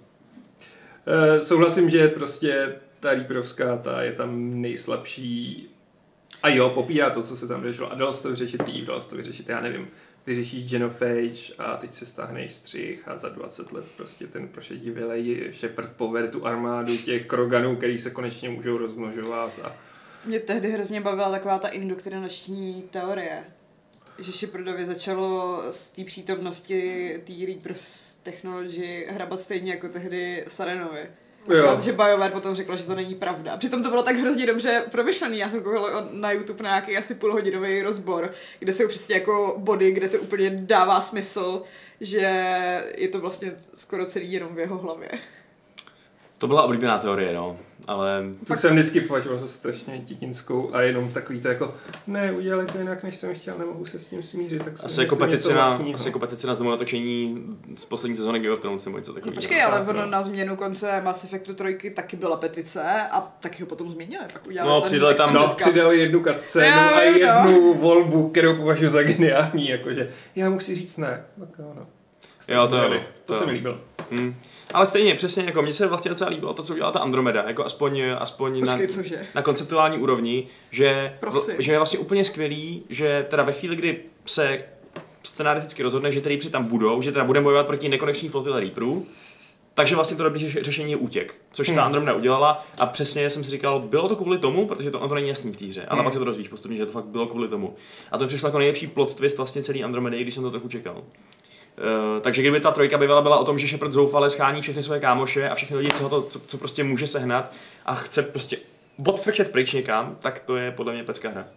Uh, souhlasím, že prostě ta Reaperovská, ta je tam nejslabší A jo, popírá to, co se tam řešilo. A dalo se to vyřešit líp, dalo se to vyřešit, já nevím. Vyřešíš Genophage a teď se stáhneš střih a za dvacet let prostě ten prošedivělej Shepard povede tu armádu těch kroganů, který se konečně můžou rozmnožovat. A... Mě tehdy hrozně bavila taková ta indoktrinační teorie, že Shepardovi začalo z té přítomnosti té Reapers technology hrabat stejně jako tehdy Sarenovi. Akorát, že BioWare potom řekla, že to není pravda. Přitom to bylo tak hrozně dobře promyšlený. Já jsem koukala na YouTube na nějaký asi půlhodinový rozbor, kde jsou přesně jako body, kde to úplně dává smysl, že je to vlastně skoro celý jenom v jeho hlavě. To byla oblíbená teorie, no, ale... To jsem vždycky považoval za strašně títinskou a jenom takový to jako ne, udělali to jinak, než jsem chtěl, nemohu se s tím smířit, tak asi jako petice na, asi jako petice na znovu natočení z poslední sezóny Game of Thrones nebo něco takového. No počkej, ale ono na změnu konce Mass Effectu trojky taky byla petice a taky ho potom změnili, pak udělali no, přidali tam, no, přidali jednu cutscénu a jednu no. volbu, kterou považuji za geniální, jakože já musím říct ne, tak jo, no. Jo, to, to, to se mi líbilo. Hmm. Ale stejně, přesně, jako mně se vlastně docela líbilo to, co udělala ta Andromeda, jako aspoň, aspoň Počkej, na, na konceptuální úrovni, že, že je vlastně úplně skvělý, že teda ve chvíli, kdy se scenaristicky rozhodne, že Reapři tam budou, že teda budeme bojovat proti nekonečný flotile Reaperů, takže vlastně to dobré řešení je útěk, což hmm. ta Andromeda udělala a přesně jsem si říkal, bylo to kvůli tomu, protože to, on to není jasný v té hře, ale hmm. pak se to rozvíjíš postupně, že to fakt bylo kvůli tomu. A to mi přišlo jako nejlepší plot twist vlastně celý Andromedy, když jsem to trochu čekal. Uh, takže kdyby ta trojka bývala byla o tom, že Shepard zoufale schání všechny svoje kámoše a všechny lidi, co, to, co, co prostě může sehnat a chce prostě odfrčet pryč někam, tak to je podle mě pecká hra.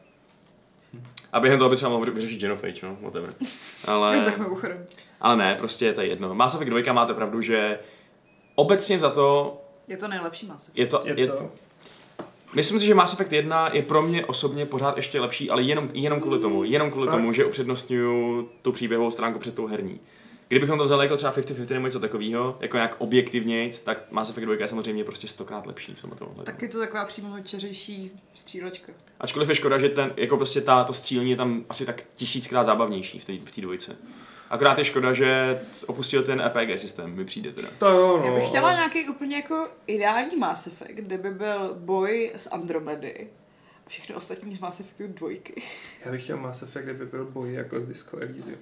A během toho by třeba mohl vyřešit Genophage, no, whatever. Ale, no, tak ale ne, prostě je to jedno. Mass Effect dva máte pravdu, že obecně za to... Je to nejlepší Mass Effect. Je to, je, je to. Myslím si, že Mass Effect jedna je pro mě osobně pořád ještě lepší, ale jenom, jenom kvůli tomu, jenom kvůli tomu, že upřednostňuju tu příběhovou stránku před tou herní. Kdybychom to vzali jako třeba padesát padesát nebo něco takového, jako nějak objektivnějc, tak Mass Effect dva je samozřejmě prostě stokrát lepší v tomhle. Tak je to taková přímo čeřejší střílečka. Ačkoliv je škoda, že ten, jako prostě ta, to střílení je tam asi tak tisíckrát zábavnější v té v té dvojice. Akorát je škoda, že opustil ten R P G systém, mi přijde teda. To jo, no. Já bych chtěla nějaký úplně jako ideální Mass Effect, kde by byl boj s Andromedy a všechny ostatní z Mass Effectu dvojky. Já bych chtěl Mass Effect, kde by byl boj jako z Disco Elysium.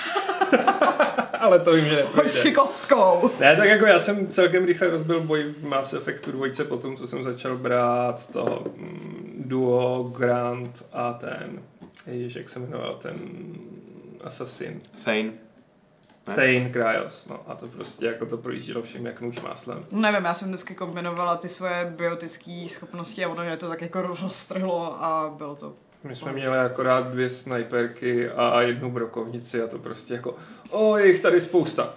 Ale to vím, že nepůjde. Hoď si kostkou. Ne, tak jako já jsem celkem rychle rozbil boj v Mass Effectu dvojce po tom, co jsem začal brát toho mm, Duo, Grant a ten, ježiš, jak se jmenoval, ten Assassin. Thane. Thane, Kryos, no a to prostě jako to projíždělo všem jak nůž máslem. Nevím, já jsem vždycky kombinovala ty svoje biotické schopnosti a ono mě to tak jako roztrhlo a bylo to. My jsme měli akorát dvě snajperky a jednu brokovnici a to prostě jako, o, je jich tady spousta.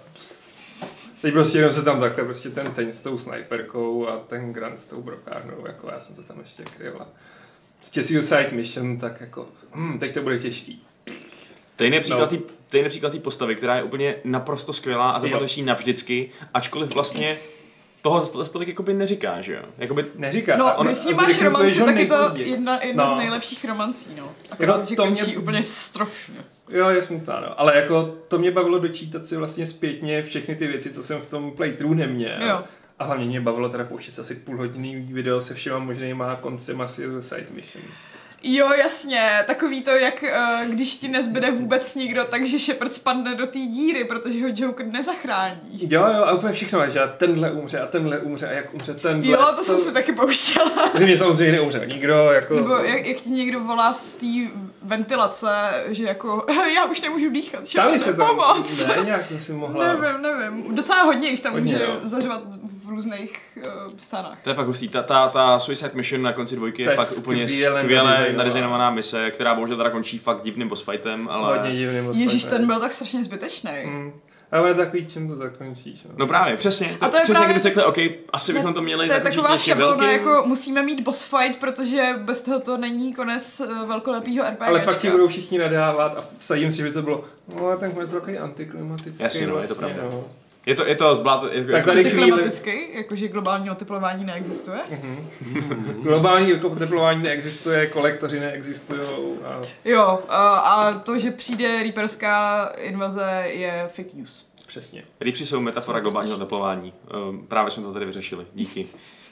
Teď prostě jenom se tam takhle prostě ten ten s tou snajperkou a ten Grant s tou brokárnou, jako já jsem to tam ještě kryl a prostě Suicide Mission, tak jako, hm, teď to bude těžký. To je nepříklad no. té nepříklad postavy, která je úplně naprosto skvělá a zapamatující navždycky, ačkoliv vlastně toho zase tolik jakoby neříká, že jo? Jakoby neříká. No, když s ním máš romanci, tak je to jedna, jedna no. z nejlepších romancí, no. Akorát, že končí mě... úplně strašně. Jo, je smutná, no. Ale jako to mě bavilo dočítat si vlastně zpětně všechny ty věci, co jsem v tom playthrough neměl. Jo. A hlavně mě bavilo teda pouštět asi půlhodinový video se všema možnýma koncema Suicide Mission. Jo, jasně, takový to, jak uh, když ti nezbyde vůbec nikdo, takže Shepard spadne do té díry, protože ho Joker nezachrání. Jo, jo, a úplně všechno, že tenhle umře a tenhle umře a jak umře tenhle. Jo, to, to... jsem si taky pouštěla. Že mě samozřejmě neumřel nikdo, jako... Nebo jak, jak ti někdo volá z té ventilace, že jako, já už nemůžu dýchat, Shepard, se pomoc. Ne, nějak jsem mohla... Nevím, nevím, docela hodně jich tam hodně, může jo. zařvat v různých uh, scénách. To je fakt hustý, ta, ta, ta Suicide Mission na konci dvojky je, je fakt úplně skvěle nadizajnovaná mise, která bohužel teda končí fakt divným boss fightem, ale... Hodně divným boss fightem. Ježíš, ten byl tak strašně zbytečný. Mm. Ale takový, čím to zakončíš. No, no právě, přesně. A to je přesně, právě... když řekli, OK, asi ne, bychom to měli to je taková šablona, velkým... jako musíme mít boss fight, protože bez toho to není konec velkolepýho RPGčka. Ale pak ti budou všichni nadávat a vsadím si, že by to bylo, no a ten konec byl takový antiklimatický. Jasně, no, vlastně, je to pravda. No. Je to, je to zblát... Je, tak tady klimatický, chvíli... jakože globální oteplování neexistuje? Mm-hmm. Globální oteplování neexistuje, kolektoři neexistují. A... Jo, a, a to, že přijde Reaperská invaze, je fake news. Přesně. Reapři jsou metafora globálního oteplování. Um, právě jsme to tady vyřešili. Díky.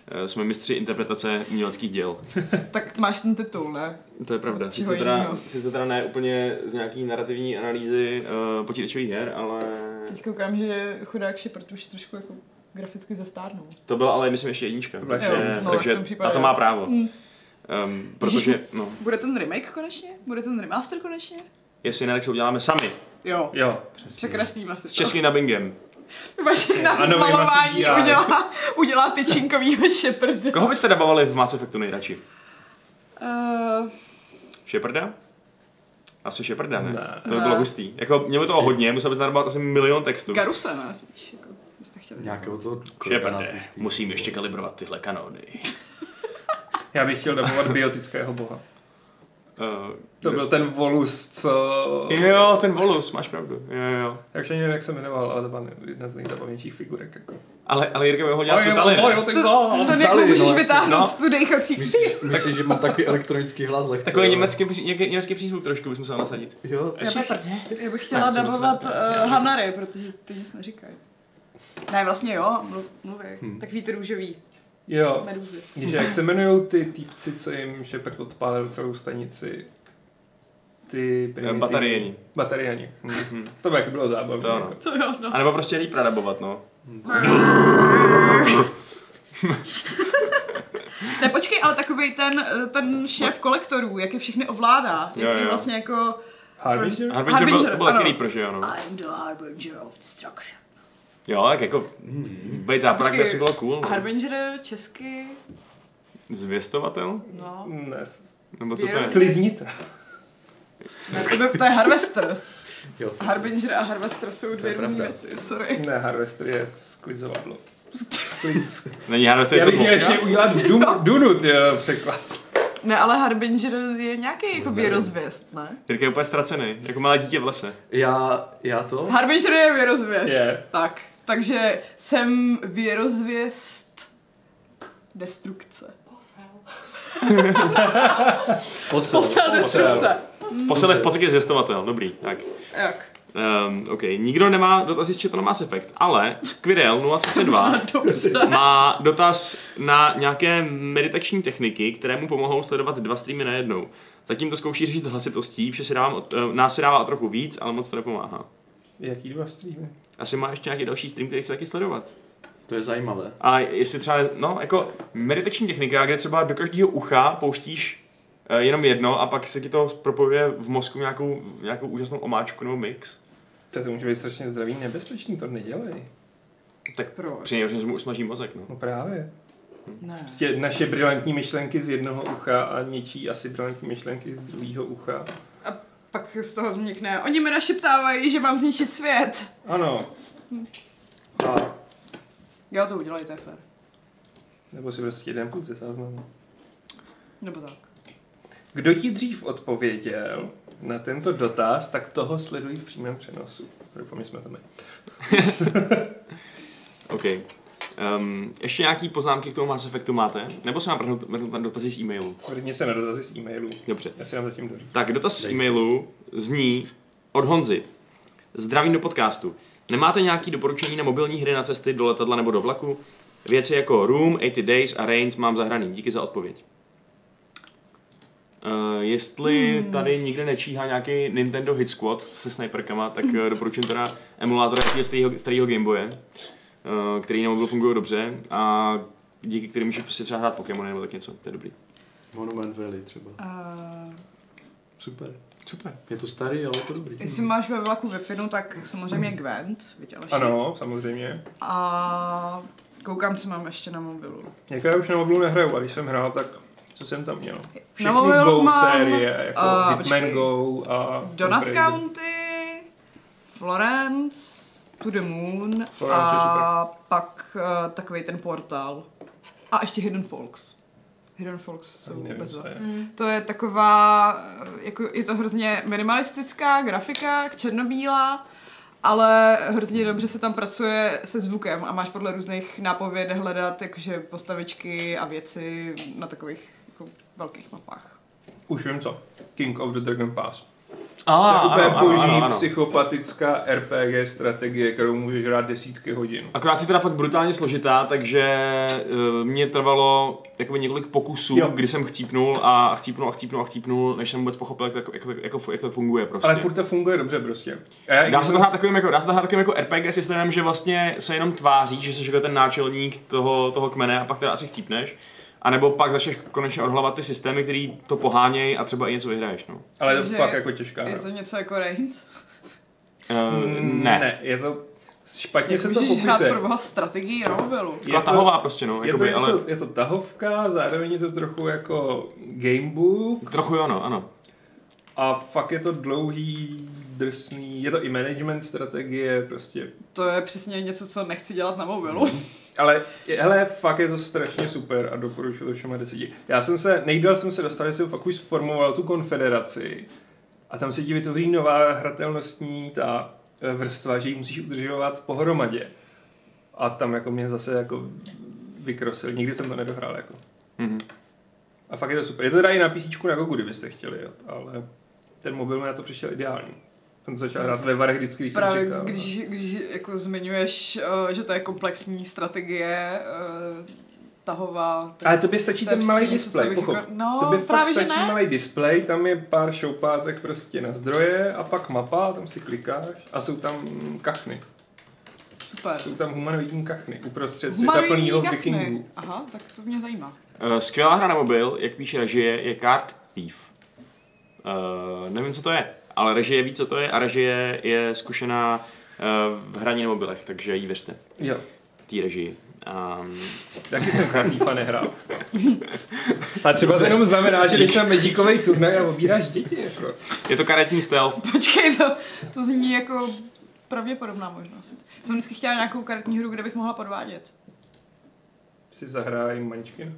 jsme mistři interpretace uměleckých děl. Tak máš ten titul, ne? To je pravda. Čeho Sice teda, jiného? sice teda ne úplně z nějaký narrativní analýzy uh, počítačových her, ale Teď koukám, že chudák Shepard už trošku jako graficky zestárnul. to byla ale myslím ještě jednička. Jo, Takže, no, tak v takže tom případě a to jo. má právo. Hmm. Um, protože, no, Bude ten remake konečně? Bude ten remaster konečně? jestli ne, tak se uděláme sami. Jo. Jo. Překreslíme si S to. českým dubbingem. Vašek na A novýma malování C G I. udělá, udělá tyčinkovýho Sheparda. Koho byste dabovali v Mass Effectu nejradši? Uh, Sheparda? Asi Sheparda, ne? Ne. To by bylo Ne. hustý. Jako, mě by toho hodně, musel bys nadabovat asi milion textů. Garuse, ne? Spíš, jako, byste chtěli. Nějakého toho Sheparde, musím ještě kalibrovat tyhle kanóny. Já bych chtěl dabovat biotického boha. Uh, To byl ten Volus, co... Jo, ten Volus, máš pravdu. Jo, jo. Já už ani nevím, jak se jmenoval, ale to byla jedna z nejzábavnějších figurek. Jako. Ale, ale Jirka by ho dělal Oj, totálně. oj, oj, ty boha. To Vstali, jako no, můžeš jasně. vytáhnout No. tu dejchací. Myslíš, myslíš, že mám takový elektronický hlas lehce? Takový jo? německý, pří- německý, německý přízvuk trošku bys musel nasadit. Jo, Já bych, já bych chtěla Ne, co dabovat moc uh, ne. Hanary, protože ty nic neříkají. Ne, vlastně jo, mluv, mluví. Hmm. Takový ty růžový Jo. medúzy. Víš, jak se jmenují ty týpci, co jim Shepard odpálil celou stanici? Ty primitivní... Batarieni. Batarieni. Hm. Mhm. To by jak bylo zábavné. To ano. Jako. To jo, no. A nebo prostě líp nadabovat, no. Ne, počkej, ale takovej ten, ten šéf kolektorů, jak je všechny ovládá. Jo, Jak je jo. vlastně jako... Harbinger? Harbinger byl, to byl ano. taky Reaper, že jo, no. I'm the harbinger of destruction. Jo, tak jako, bejt A záporák by počkej, asi bylo cool. No. Harbinger česky, Zvěstovatel? no... Ne, Nebo co to je? Věc- sklizníte. Ne, to, by, to je Harvester. jo. Harbinger a Harvester jsou dvě je různé pravda. věci, sorry. Ne, Harvester je sklizovadlo. Skliz... Není Harvester Já něco bych měl ještě udělat dum, Dunut, jo, překlad. Ne, ale Harbinger je nějaký jako věrozvěst, ne? Jirka je úplně ztracený, jako malé dítě v lese. Já, já to? Harbinger je věrozvěst. Je. Tak, takže jsem věrozvěst destrukce. Posel. Posel destrukce. Posledek v podstatě zvěstovatel, dobrý, tak. Jak? Um, OK, nikdo nemá dotazy z chatu na Mass Effect, ale Squirrel nula třicet dva Dobře. má dotaz na nějaké meditační techniky, které mu pomohou sledovat dva streamy najednou. Zatím to zkouší řešit hlasitostí, vše si dávám, uh, nás si dává o trochu víc, ale moc to nepomáhá. Jaký dva streamy? Asi má ještě nějaký další stream, který chce taky sledovat. To je zajímavé. A jestli třeba, no, jako meditační technika, kde třeba do každého ucha pouštíš uh, jenom jedno a pak se ti to propojuje v mozku nějakou, nějakou úžasnou omáčku nebo mix. To, to může být strašně zdravý, nebezpečný, to nedělej. Tak Proč? při něj už mu usmaží mozek, no. No právě. Ne. Prostě naše brilantní myšlenky z jednoho ucha a něčí asi brilantní myšlenky z druhého ucha. A pak z toho vznikne, oni mi našeptávají, že mám zničit svět. Ano. A Jo, to udělají, to je fér. nebo si prostě jeden půl ze záznamu. Nebo tak. Kdo ti dřív odpověděl na tento dotaz, tak toho sledují v přímém přenosu. Doufám, že jsme to my. OK. Um, ještě nějaký poznámky k tomu Mass Effectu máte? Nebo se mám vrhnout, vrhnout na dotazy z e-mailu? Vrhni se na dotazy z e-mailu. Dobře. Já si dám zatím do. Tak dotaz z Dej si. e-mailu zní od Honzy. Zdravím do podcastu. Nemáte nějaký doporučení na mobilní hry na cesty do letadla nebo do vlaku? Věci jako Room, osmdesát Days a Reigns mám zahraný. Díky za odpověď. Uh, jestli hmm. tady nikde nečíhá nějaký Nintendo Hit Squad se sniperkama, tak uh, doporučím teda emulátor jakého starého, starého Gameboye, uh, který na mobilu fungují dobře a díky kterým můžeš prostě třeba hrát Pokémony nebo tak něco, to je dobrý. Monument Valley třeba. Uh, Super. Super. Je to starý, ale je to dobrý. jestli máš ve vlaku Wi-Fi, tak samozřejmě Gwent, viď Aleši? Ano, samozřejmě. A koukám, co mám ještě na mobilu. Jako já už na mobilu nehraju, a když jsem hrál, tak co jsem tam měl? Všechny mobilu Go mám, série, jako uh, Hitman počkej. Go a... Donut Crazy. County, Florence, To the Moon Florence je a pak uh, takový ten portál. A ještě Hidden Folks. Hidden Folks jsou Nevím, bezva. co je. To je taková, eh, jako je to hrozně minimalistická grafika, černobílá, ale hrozně dobře se tam pracuje se zvukem a máš podle různých nápověd hledat jakože postavičky a věci na takových jako velkých mapách. Už vím co. King of the Dragon Pass. Ah, to je úplně ano, ano, boží ano, ano. psychopatická R P G strategie, kterou můžeš hrát desítky hodin. Akorát si teda fakt brutálně složitá, takže uh, mě trvalo jakoby několik pokusů, Jo. kdy jsem chcípnul a chcípnul a chcípnul a chcípnul, než jsem vůbec pochopil, jak, jak, jak, jak, jak to funguje prostě. Ale furt to funguje dobře prostě. A já, Dá se to hrát takovým jako, dá se to hrát takovým jako R P G systémem, že vlastně se jenom tváří, že jsi jako ten náčelník toho, toho kmene a pak teda asi chcípneš. A nebo pak začneš konečně odhlavat ty systémy, který to pohánějí a třeba i něco vyhraješ, no. Ale je to Takže fakt jako těžká Je hra. to něco jako Reigns? Uh, Mm, ne. ne, je to špatně se to Můžeš hrát popisuje. pro boha strategii na mobilu. Taková tahová prostě, no. Je to, Jakoby, něco, ale je to tahovka, zároveň je to trochu jako gamebook trochu jo, no, ano. a fakt je to dlouhý, drsný, je to i management strategie, prostě. To je přesně něco, co nechci dělat na mobilu. Ale hele, fakt je to strašně super a doporučuji to všem deseti. Já jsem se, nejdál jsem se dostal, že jsem fakt už sformoval tu konfederaci a tam se ti vytvoří nová hratelnostní ta e, vrstva, že ji musíš udržovat pohromadě. A tam jako mě zase jako vykrosil. Nikdy jsem to nedohrál jako. Mhm. A fakt je to super. Je to teda i na PCčku na Gogu, kdybyste chtěli, jo. Ale ten mobil mi na to přišel ideální. Jsem začal hrát ve varech vždycky, když Právě jsem čekal. když, když jako zmiňuješ, uh, že to je komplexní strategie, uh, tahová. Ale tobě stačí to je ten malý přesně něco, co displej, bych pochop. jako- no, Tobě fakt právě, že stačí ne. malý displej, tam je pár šoupátek prostě na zdroje a pak mapa, tam si klikáš a jsou tam kachny. Super. Jsou tam humanoidní kachny uprostřed světa Humanoidní plnýho kachny. vikingů. Aha, tak to mě zajímá. Uh, skvělá hra na mobil, jak píše režie, je Card Thief. Uh, nevím, co to je, ale režie ví, co to je a režie je zkušená uh, v hraní na mobilech, takže jí věřte, Jo. tý režii. Um, Taky jsem Cardífa nehrál. A třeba to jenom znamená, že jdeš na Magicovej turnaj a obíráš děti, jako. je to karetní stealth. Počkej, to, to zní jako pravděpodobná možnost. Jsem vždycky chtěla nějakou karetní hru, kde bych mohla podvádět. Si zahráj Munchkin.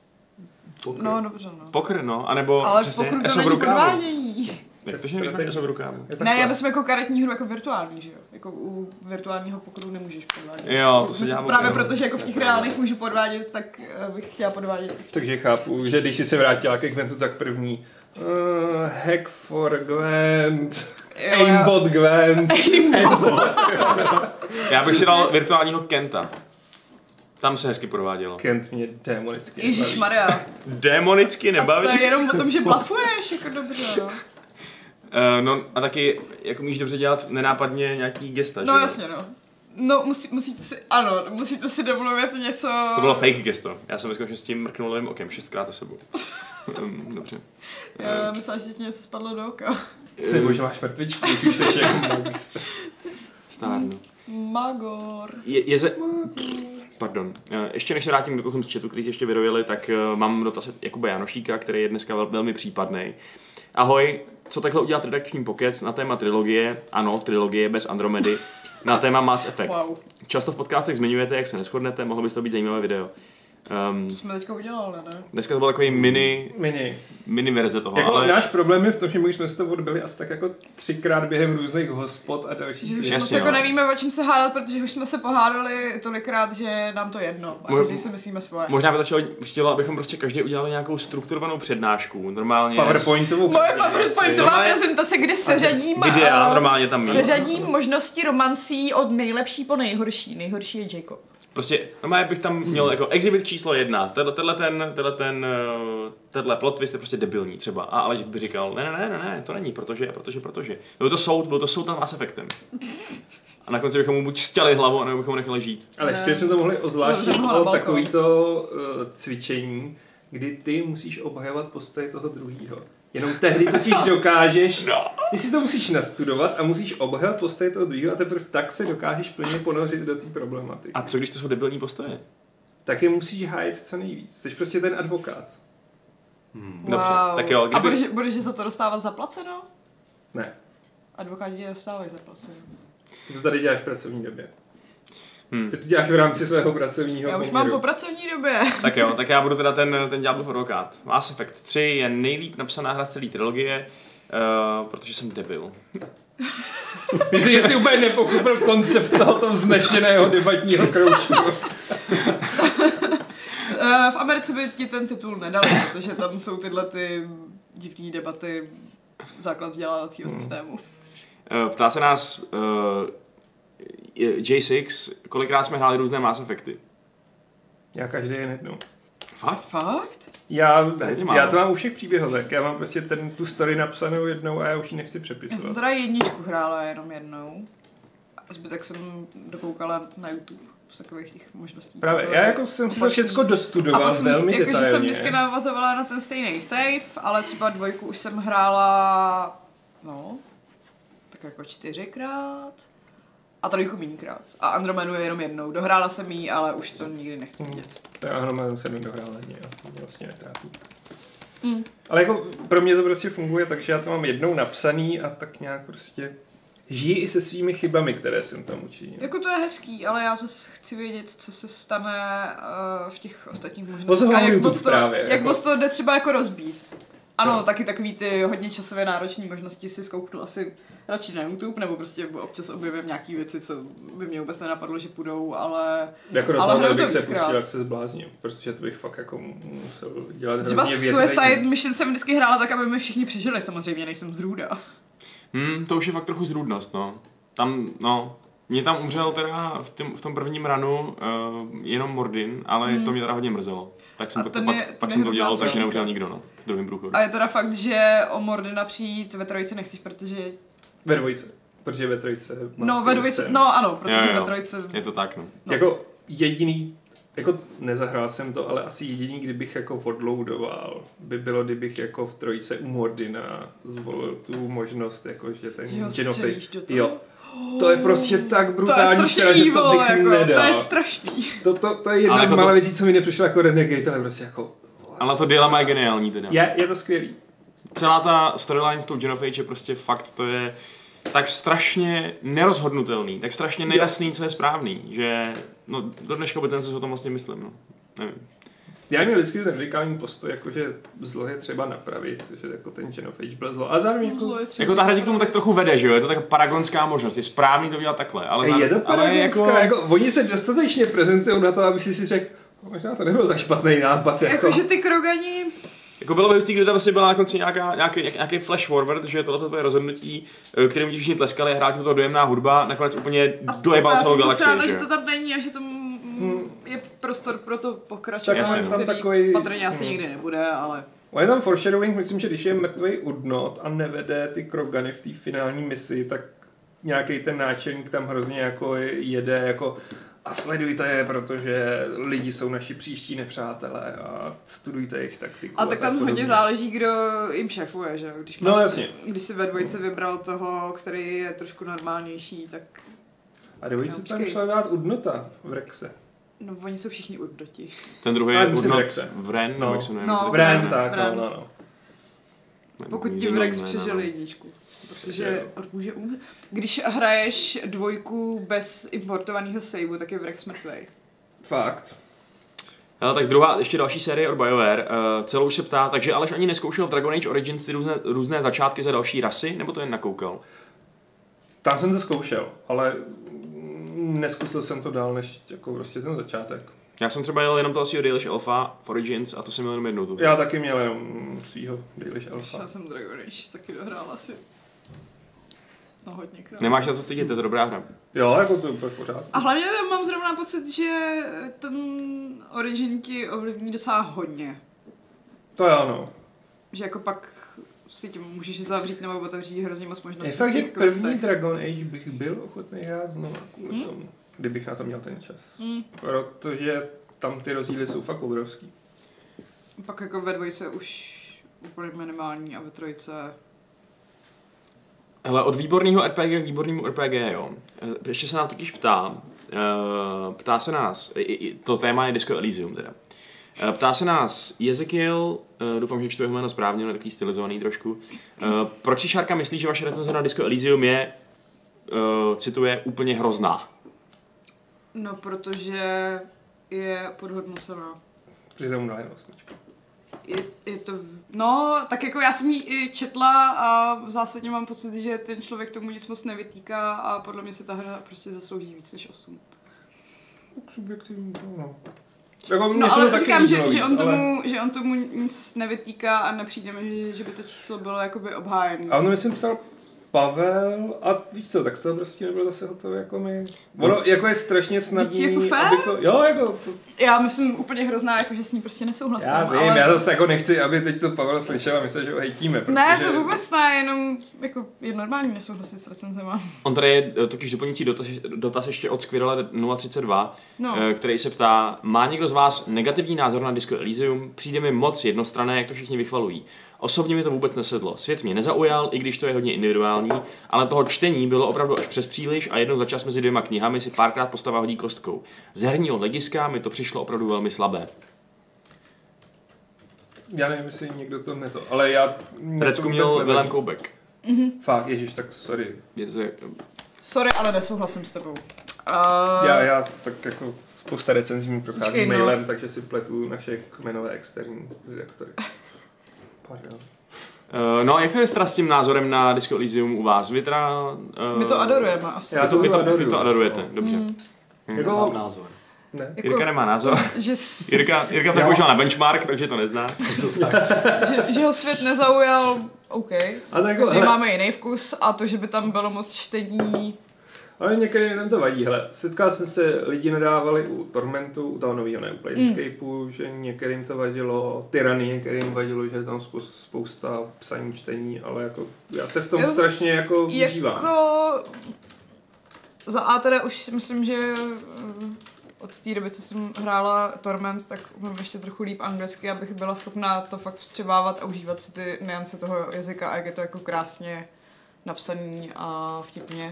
No, dobře, no. Pokr, no, anebo Ale přesně pokud to eso v není rukávu. podvádění. Jak to, že nevíš eso v rukávu? Je Ne, takhle. já myslím jako karetní hru jako virtuální, že jo? Jako u virtuálního pokru nemůžeš podvádět. Jo, to se Myslím, dělá právě jo. protože jako v těch reálných můžu podvádět, tak eh, bych chtěla podvádět. Takže chápu, že když jsi se vrátila ke Gwentu, tak první uh, hack for Gwent, Jo, já- aimbot Gwent. Já bych si dal virtuálního Kenta. Tam se hezky podvádělo. Kent mě démonicky nebaví. Ježišmarja. Démonicky A nebaví. to je jenom o tom, že blafuješ, jako dobře, no. Uh, no a taky, jako umíš dobře dělat nenápadně nějaký gesta, No že jo? jasně, no. No, musí, musíte si, ano, musíte si domluvit něco... To bylo fake gesto. Já jsem vyzkoušel s tím mrknul levým okem šestkrát za sebou. um, dobře. Já myslela, že ti něco spadlo do oka. Nebo že máš mrtvičku, když už jsi jako magistr. Stárnu. Magor. Je, je ze... Pardon. Eh, Ještě než se vrátím k dotazům z chatu, který si ještě vyrojili, tak eh, mám dotaz Jakuba Janošíka, který je dneska vel, velmi případný. Ahoj, co takhle udělat redakční pokec na téma trilogie? Ano, trilogie bez Andromedy. Na téma Mass Effect. Wow. Často v podcastech zmiňujete, jak se neshodnete, mohlo by to být zajímavé video. Um, To jsme teďka udělali, ne? dneska to byl takový mini, Mini. mini verze toho, Jako ale... náš problém je v tom, že my už jsme s toho odbyli asi tak jako třikrát během různých hospod a dalších. Že už věcí. Jasně, moc jako no. nevíme, o čem se hádat, protože už jsme se pohádali tolikrát, že nám to jedno. A Mo- každý si myslíme svoje. Možná by to chtělo, chtělo, abychom prostě každý udělali nějakou strukturovanou přednášku, normálně... PowerPointovou Moje představu. PowerPointová Normálně- prezentace, kde seřadím, Videa, eh, normálně tam mít. seřadím možnosti romancí od nejlepší po nejhorší. Nejhorší je Jacob. Prostě, normálně bych tam měl jako exhibit číslo jedna, tenhle, tenhle ten, tenhle ten, eh, tenhle plot twist je prostě debilní třeba. A Aleš by říkal, ne, ne, ne, ne, ne, to není, protože, protože, protože. Byl to soud, byl to soud tam Mass Effectem. A na konci bychom mu buď stěli hlavu, nebo bychom ho nechali žít. Ale ještě jsme to mohli ozvláštit Zavřeme ho na o balkon. takovýto uh, cvičení, kdy ty musíš obhajovat postoje toho druhého. Jenom tehdy totiž dokážeš, No. ty si to musíš nastudovat a musíš obhajovat postoje toho druhého a teprve tak se dokážeš plně ponořit do té problematiky. A co když to jsou debilní postoje? Tak je musíš hájit co nejvíc. Jsi prostě ten advokát. Dobře, tak jo, A kdyby- budeš, budeš za to dostávat zaplaceno? Ne, Advokáti je dostávají zaplaceno. ty to tady děláš v pracovní době. Hmm. Ty to děláš v rámci svého pracovního Já už poměru. mám po pracovní době. Tak jo, tak já budu teda ten, ten ďáblův advokát. Mass Effect tři je nejlíp napsaná hra z celé trilogie, uh, protože jsem debil. Myslím, že jsi úplně nepochopil koncept tohoto vznešeného debatního kroužku. Eh, v Americe by ti ten titul nedali, protože tam jsou tyhle ty divné debaty základ vzdělávacího Hmm. systému. Uh, ptá se nás uh, J šest, kolikrát jsme hráli různé Mass Effecty. Já každý jen jednou. Fakt? Fakt? Já, Hodně já málo. to mám u všech příběhovek, já mám prostě ten, tu story napsanou jednou a já už ji nechci Já jsem přepisovat. teda jedničku hrála jenom jednou. A zbytek jsem dokoukala na YouTube z takových těch možností. Právě, co já byly jako jsem si to opačný. všechno A dostudoval pak jsem, velmi jakože jsem detailně. vždycky navazovala na ten stejný save, ale třeba dvojku už jsem hrála, no, tak jako čtyřikrát. A trojku mínkrát. A Andromedu je jenom jednou. Dohrála jsem jí, ale už to nikdy nechci vidět. To já hromadou jsem dohrál hodně, jo. To mě vlastně netrápí. Mm. Ale jako pro mě to prostě funguje, takže já to mám jednou napsaný a tak nějak prostě žiji i se svými chybami, které jsem tam učinil. Jako to je hezký, ale já zase chci vědět, co se stane uh, v těch ostatních No to možnostech. A hlavně jak YouTube moc to, právě, jak jako- moc to jde třeba jako rozbít. Ano, No. taky takový ty hodně časově náročné možnosti si zkouknu asi radši na YouTube, nebo prostě občas objevím nějaký věci, co by mě vůbec nenapadlo, že půjdou, ale... Jako do Ale toho hraju to bych se víckrát. pustil, jak se zbláznil, protože to bych fakt jako musel dělat Třeba hrozně Suicide větnej. Mission jsem vždycky hrála tak, aby mi všichni přežili, samozřejmě nejsem zrůda. Hmm, to už je fakt trochu zrůdnost, no. Tam, no, mě tam umřel teda v, tom, v tom prvním ranu uh, jenom Mordin, ale Hmm. to mě teda hodně mrzelo. Tak jsem, A to, ten pak, je- ten pak je jsem to hrozná dělal, takže složka. neumřel nikdo, no, v druhém průchodu. A je teda fakt, že o Mordina přijít ve trojici nechceš, protože... Ve dvojce, protože ve trojce má No, ve skvělý dvojici, scén. no ano, protože Jo, jo. ve trojici... Je to tak, no. No. Jako jediný, jako nezahrál jsem to, ale asi jediný, kdybych jako odloadoval, by bylo, kdybych jako v trojice u Mordina zvolil tu možnost, jako že ten Že ho Genofej- střelíš do toho? Jo. To je prostě tak To je brutální strašně scéna, že to evil, bych jako, nedal. to je strašný. To, to, to je jedna Ale z jako mála to- věcí, co mi nepřišlo jako Renegade, ale prostě jako... Ale to dilema je geniální teda. Je, je to skvělý. Celá ta storyline s tou Genofage je prostě fakt, to je tak strašně nerozhodnutelný, tak strašně nejasný, co je správný, že no do dneška vůbec si o tom vlastně myslím, no. Nevím. Já měl vždycky ten radikální postoj, jako že zlo je třeba napravit, že jako ten Genofage byl zlo. A zároveň jako... Zlo je třeba- Jako ta hra ti k tomu tak trochu vede, že jo, je to tak paragonská možnost, je správný to dělat takhle, ale, Hej, je to ale paragonská, jako, jako... Oni se dostatečně prezentují na to, aby si si řekl, možná to nebyl tak špatný nápad, jako... Jakože ty krogani... jako bylo by hustý, kdyby tam vlastně byla na konci nějaká, nějaký, nějaký flash forward, že tohle tvoje rozhodnutí, kterým ti všichni tleskali, hrát to dojemná hudba, nakonec úplně dojebal já celou jsem galaxii, ráda, že že jo. to tam není a že to mm, je prostor pro to pokračování, Tak tam- tam který takový- patrně asi hmm. nikdy nebude, ale... On je tam foreshadowing, myslím, že když je mrtvý udnot a nevede ty krogany v té finální misi, tak nějaký ten náčelník tam hrozně jako jede jako a sledujte je, protože lidi jsou naši příští nepřátelé a studujte jejich taktiku. A tak tam podobně. hodně záleží, kdo jim šéfuje, že jo? Když, No, máš- jasně. když si ve dvojce vybral toho, který je trošku normálnější, tak A dovojit No, se tam počkej. šla dát udnota v Rexe. no oni jsou všichni udoti. Ten druhý Ale je musím Udnot Rexe. Vren, No. nebo jak se jmenuje. No, musím- Bran, Bran, tak, Bran. no, no, no. Pokud ti Zajímavý v Rex jména, přežil no. jedničku. Přesně, Protože no. může um... Když hraješ dvojku bez importovaného saveu, tak je v Rex mrtvej. Fakt. Ale tak druhá, ještě další série od BioWare, uh, celou už se ptá, takže Aleš ani neskoušel v Dragon Age Origins ty různé, různé začátky za další rasy, nebo to jen nakoukal? Tam jsem to zkoušel, ale mm, neskusil jsem to dál než jako prostě ten začátek. Já jsem třeba jel jenom toho svýho Dalish Alpha v Origins a to jsem měl jenom jednou tu. Já taky měl jenom svýho Dalish Alpha. Já jsem Dragon Age taky dohrál asi. No hodně krát. Nemáš na to stydět, je to dobrá hra. Jo, jako to úplně v pořádku. A hlavně tam mám zrovna pocit, že ten Origin ti ovlivní docela hodně. To je ano. Že jako pak si tím můžeš zavřít nebo otevřít hrozně moc možností. Je fakt, v že těch první questech. Dragon Age bych byl ochotný hrát znovu kvůli Hmm? tomu, kdybych na to měl ten čas. Hmm. Protože tam ty rozdíly jsou fakt obrovský. Pak jako ve dvojce už úplně minimální a ve trojce... Hele, od výborného R P G k výbornému R P G, jo. Eh, Ještě se nás totiž ptá, eh, ptá se nás, i- i- to téma je Disco Elysium teda. Eh, Ptá se nás Ezekiel, eh, doufám, že čtu jeho jméno správně, on je takový stylizovaný trošku. Eh, Proč si Šárka myslí, že vaše recenze na Disco Elysium je, eh, cituje, úplně hrozná? No, protože je podhodnocená. Protože tomu dá jenom osmičku. Je, je to, no, tak jako já jsem ji i četla a v zásadě mám pocit, že ten člověk tomu nic moc nevytýká a podle mě se ta hra prostě zaslouží víc než osm. Tak subjektivní to, no. Jako, No ale říkám, že, líbilo že, víc, on tomu, ale... že on tomu nic nevytýká a nepřijde mi, že, že by to číslo bylo jakoby obhájené. A ono myslím psal Pavel a víš co, tak to prostě nebylo zase hotové jako my. Ono jako je strašně snadný, jako fér? aby to, jo jako. To... Já myslím úplně hrozná, jako že s ní prostě nesouhlasím. Já vím, ale... já zase jako nechci, aby teď to Pavel slyšel a myslel, že ho hejtíme. Protože... Ne, to vůbec ne, jenom jako je normální nesouhlasit s recenzema. On tady je totiž doplňující dotaz, dotaz ještě od Squirrela nula třicet dva, no. který se ptá, má někdo z vás negativní názor na Disco Elysium? Přijde mi moc jednostranné, jak to všichni vychvalují. Osobně mi to vůbec nesedlo. Svět mě nezaujal, i když to je hodně individuální, ale toho čtení bylo opravdu až přes příliš a jednou za čas mezi dvěma knihami si párkrát postava hodí kostkou. Z herního hlediska mi to přišlo opravdu velmi slabé. Já nevím, jestli někdo to neto, ale já... Redku měl Vilém Koubek. Mm-hmm. Fakt, ježiš, tak sorry. Je to... Sorry, ale nesouhlasím s tebou. Uh... Já, já tak jako spousta recenzí mi prochází Počkej, no. mailem, takže si pletu naše kmenové externí redaktory. Pardon. Uh, no a jak to je s tím názorem na Disco Elysium u vás? Vy teda... Uh, my to adorujeme asi. Já to, vy, to, adoruju, vy to adorujete, no. dobře. Mm. Hmm. Jako... Mám názor. Ne. Jako, Jirka nemá názor. To, že s... Jirka, Jirka to používal na benchmark, takže to nezná. že, že ho svět nezaujal, OK. A tak jako, My máme jiný vkus a to, že by tam bylo moc čtení... Ale některým lidem to vadí, hele, setkal jsem se, lidi nadávali u Tormentu, u toho nového ne, u Planescapeu, mm. že některým to vadilo, Tyranny, některým vadilo, že je tam spousta psaní, čtení, ale jako já se v tom já strašně jako užívám. Jako... Za A teda už si myslím, že od té doby, co jsem hrála Torment, tak mám ještě trochu líp anglicky, abych byla schopná to fakt vstřebávat a užívat si ty nuance toho jazyka a jak je to jako krásně napsaný a vtipně.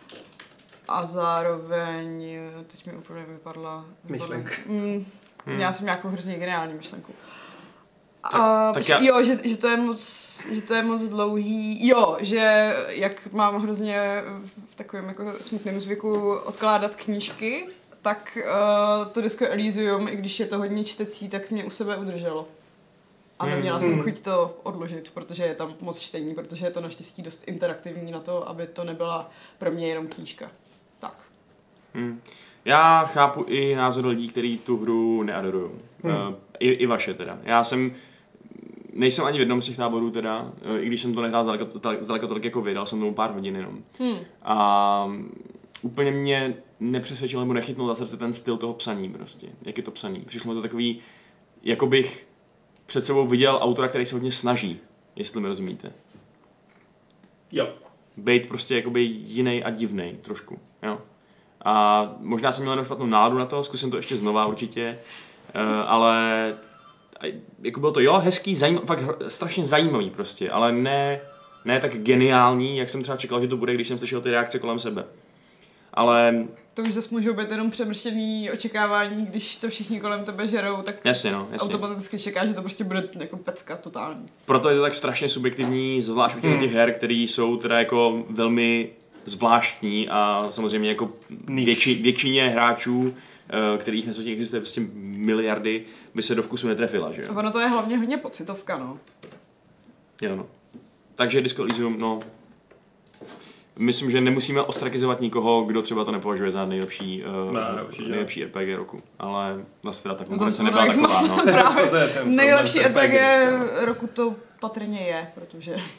A zároveň, teď mi úplně vypadla... Myšlenka. Mm, hmm. Já jsem nějakou hrozně geniální myšlenku. A, tak počkej, já... Jo, že, že, to je moc, že to je moc dlouhý. Jo, že jak mám hrozně v takovém jako smutném zvyku odkládat knížky, tak uh, to Disco Elysium, i když je to hodně čtecí, tak mě u sebe udrželo. A neměla jsem chuť to odložit, protože je tam moc čtení, protože je to naštěstí dost interaktivní na to, aby to nebyla pro mě jenom knížka. Tak. Hmm. Já chápu i názor lidí, kteří tu hru neadorují. Hmm. Uh, i, I vaše teda. Já jsem, nejsem ani v jednom z těch táborů teda, uh, i když jsem to nehrál zdaleka, zdaleka tolik jako vy, dal jsem tomu pár hodin jenom. Hmm. A úplně mě nepřesvědčil nebo nechytnul za srdce ten styl toho psaní prostě, jak je to psaný. Přišlo mi to takový, jako bych před sebou viděl autora, který se hodně snaží, jestli mi rozumíte. Jo. Bejt prostě jakoby jiný a divnej trošku, jo. A možná jsem měl jenom špatnou náladu na to, zkusím to ještě znova určitě, uh, ale jako bylo to jo, hezký, zajím, fakt strašně zajímavý prostě, ale ne, ne tak geniální, jak jsem třeba čekal, že to bude, když jsem slyšel ty reakce kolem sebe. Ale... To už zase můžou být jenom přemrštěný očekávání, když to všichni kolem tebe žerou, tak jasně, no, jasně. automaticky čeká, že to prostě bude jako pecka totální. Proto je to tak strašně subjektivní, zvlášť u těch hmm. her, které jsou teda jako velmi zvláštní a samozřejmě jako větši, většině hráčů, kterých na světě existuje prostě miliardy, by se do vkusu netrefila, že jo? Ono to je hlavně hodně pocitovka, no. Jo, no. Takže Disco Elysium, no... Myslím, že nemusíme ostrakizovat nikoho, kdo třeba to nepovažuje za nejlepší, uh, ne, nejlepší R P G roku. Ale zase teda ta No konkurence nebyla taková, no. Právě nejlepší R P G roku to patrně je, protože... Uh,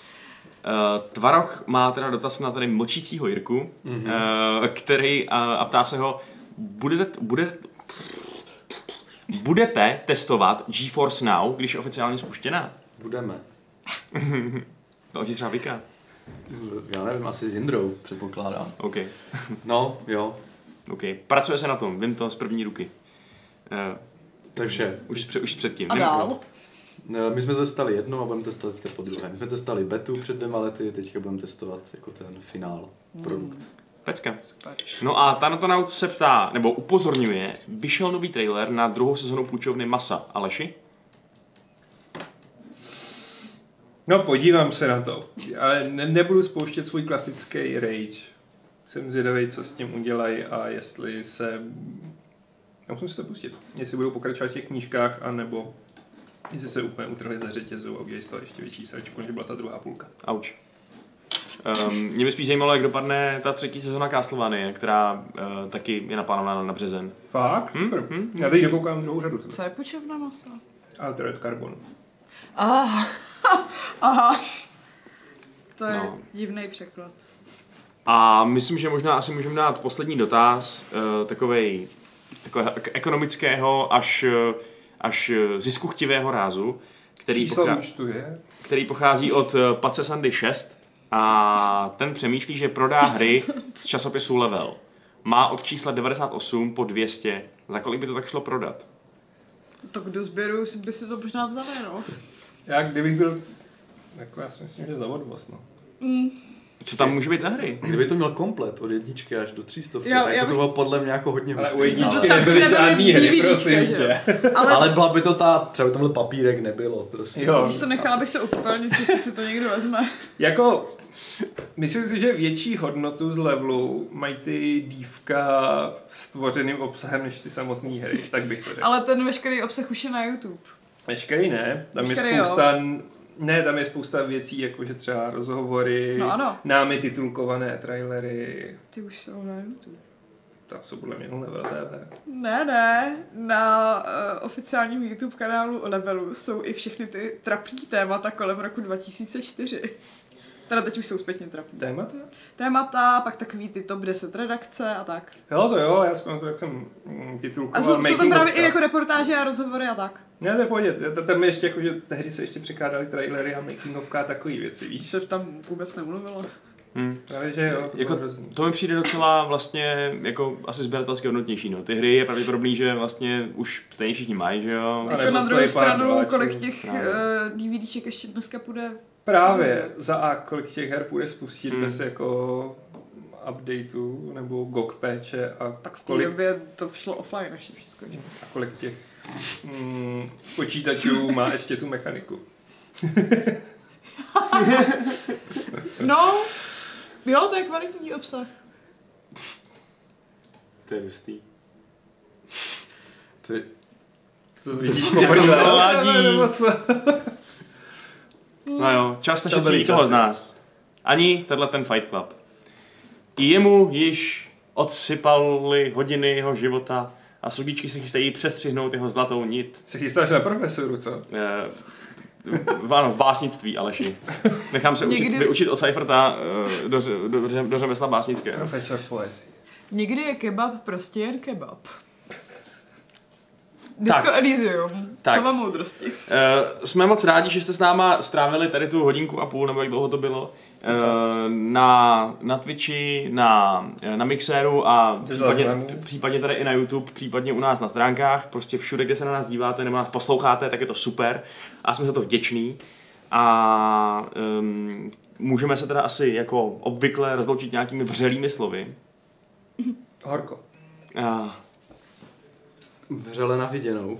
Tvaroch má teda dotaz na tady mlčícího Jirku, mm-hmm. uh, který, uh, a ptá se ho, budete, budete, budete testovat GeForce Now, když je oficiálně spuštěná? Budeme. To ti třeba vyká. Já nevím, asi s Jindrou, předpokládám. OK. No, jo. OK. Pracuje se na tom, vím to z první ruky. Uh, Takže. Už, už předtím. A dál? My jsme testali jedno a budeme testovat teďka po druhé. My jsme testali betu před dvěma lety, teďka budeme testovat jako ten finál produkt. Mm. Pecka. Super. No a Tanotonaut se ptá, nebo upozorňuje, vyšel nový trailer na druhou sezonu půjčovny Masa. Aleši? No podívám se na to, ale ne, nebudu spouštět svůj klasický rage. Jsem zvědavý, co s tím udělají a jestli se... Já musím si to pustit. Jestli budou pokračovat v těch knížkách, anebo jestli se úplně utrhli ze řetězu a udělají z toho ještě větší sračku, než byla ta druhá půlka. Auč. Um, mě by spíš zajímalo, jak dopadne ta třetí sezona Castlevanie, která uh, taky je naplánovaná na březen. Fakt? Hmm? Super. Hmm? Já teď dokoukám druhou řadu. Co je pučovna masa? Altered Carbon. Aha. Aha. To je No. divný překlad. A myslím, že možná asi můžeme dát poslední dotaz, uh, takovej, takového ekonomického až, až ziskuchtivého rázu, který, Číslo pochá- účtu je? který pochází od uh, Pace Sandy šest a ten přemýšlí, že prodá hry z časopisu Level. Má od čísla devadesát osm po dvě stě. Za kolik by to tak šlo prodat? Tak do sběru by si to možná vzali, no. Já kdybych byl, jako já si myslím, že za odvoz, no. Mm. Co tam může být za hry? Kdyby to měl komplet od jedničky až do třístovky, Já- tak já to bych- bylo podle mě jako hodně Ale hustý. u jedničky začátku nebyly nebyly žádný hry, DVDčka, prosím že? tě. Ale, Ale byla by to ta, třeba by tamhle papírek nebylo, prostě. Jo. víš co, nechala bych to u popelnice, jestli si to někdo vezme. Jako, myslím si, že větší hodnotu z levelu mají ty dívka s tvořeným obsahem než ty samotné hry, tak bych to řekl. Ale ten veškerý obsah už je na YouTube. Veškerý ne, tam Veškerý je jo. spousta, ne, tam je spousta věcí, jakože třeba rozhovory, No ano. námi titulkované trailery, Ty už jsou na YouTube. tam jsou podle mě Level T V. Ne, ne, na uh, oficiálním YouTube kanálu Levelu jsou i všechny ty trapný témata kolem roku dva tisíce čtyři. Teda teď už jsou zpětně trapný. Témata? Témata, pak takový ty top deset redakce a tak. Jo, to jo, já si pamatuju, jak jsem mm, A titulkoval jsou, jsou tam making právě ofka. i jako reportáže a rozhovory a tak. Ne, to je pohodě, tam je ještě jako, že tehdy se ještě překládaly trailery a making ofka a takový věci, Když víš? se tam vůbec nemluvilo. Hmm. Ale že jo, to Jako, bylo hrozný. to mi přijde docela vlastně jako asi sběratelsky hodnotnější. No. Ty hry je pravděpodobný, že vlastně už stejně všichni mají, že jo? A Jako nebo na druhou stojí pár stranu, doláčů. kolik těch uh, Právě. DVDček ještě dneska půjde. Právě, za A, kolik těch her půjde spustit Hmm. bez jako updateu nebo G O G patche a Tak v té kolik, době to šlo offline ještě všechno. že? a kolik těch mm, počítačů má ještě tu mechaniku. No, jo, to je kvalitní obsah. To je hustý. Ty, To vidíš, to ladí. nebo co? No jo, čas To nešetří byly nikoho časy. z nás. Ani tenhle ten Fight Club. I jemu již odsypaly hodiny jeho života a sudíčky se chystají přestřihnout jeho zlatou nit. Se chystáš na profesoru, co? Eh, v, ano, v básnictví, Aleši. Nechám se učit, Někdy- vyučit od Seiferta eh, do, ře- do, do, do řemesla básnického. Profesor poezie. Někdy je kebab prostě jen kebab. Tak. Disco Elysium. Tak. Slova moudrosti. Uh, jsme moc rádi, že jste s náma strávili tady tu hodinku a půl, nebo jak dlouho to bylo, uh, na, na Twitchi, na, na Mixeru a případně, záznamu. případně tady i na YouTube, případně u nás na stránkách, prostě všude, kde se na nás díváte nebo nás posloucháte, tak je to super a jsme za to vděční. A um, můžeme se teda asi jako obvykle rozloučit nějakými vřelými slovy. Horko. Uh, vřele na viděnou.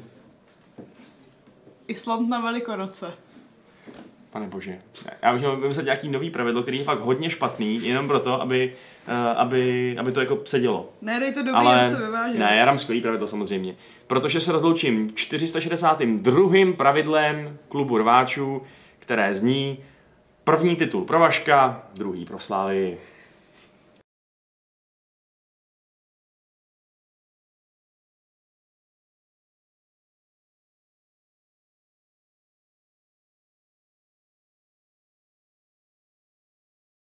Island na Velikonoce. Pane bože. Já bych měl vymyslet nějaký nový pravidlo, který je fakt hodně špatný, jenom proto, aby, uh, aby, aby to jako sedělo. Ne, dej to dobrý, Ale abys to vyvážil. ne, já dám skvělý pravidlo samozřejmě. Protože se rozloučím čtyři sta šedesátým druhým pravidlem klubu rváčů, které zní první titul pro Vaška, druhý pro Slávy.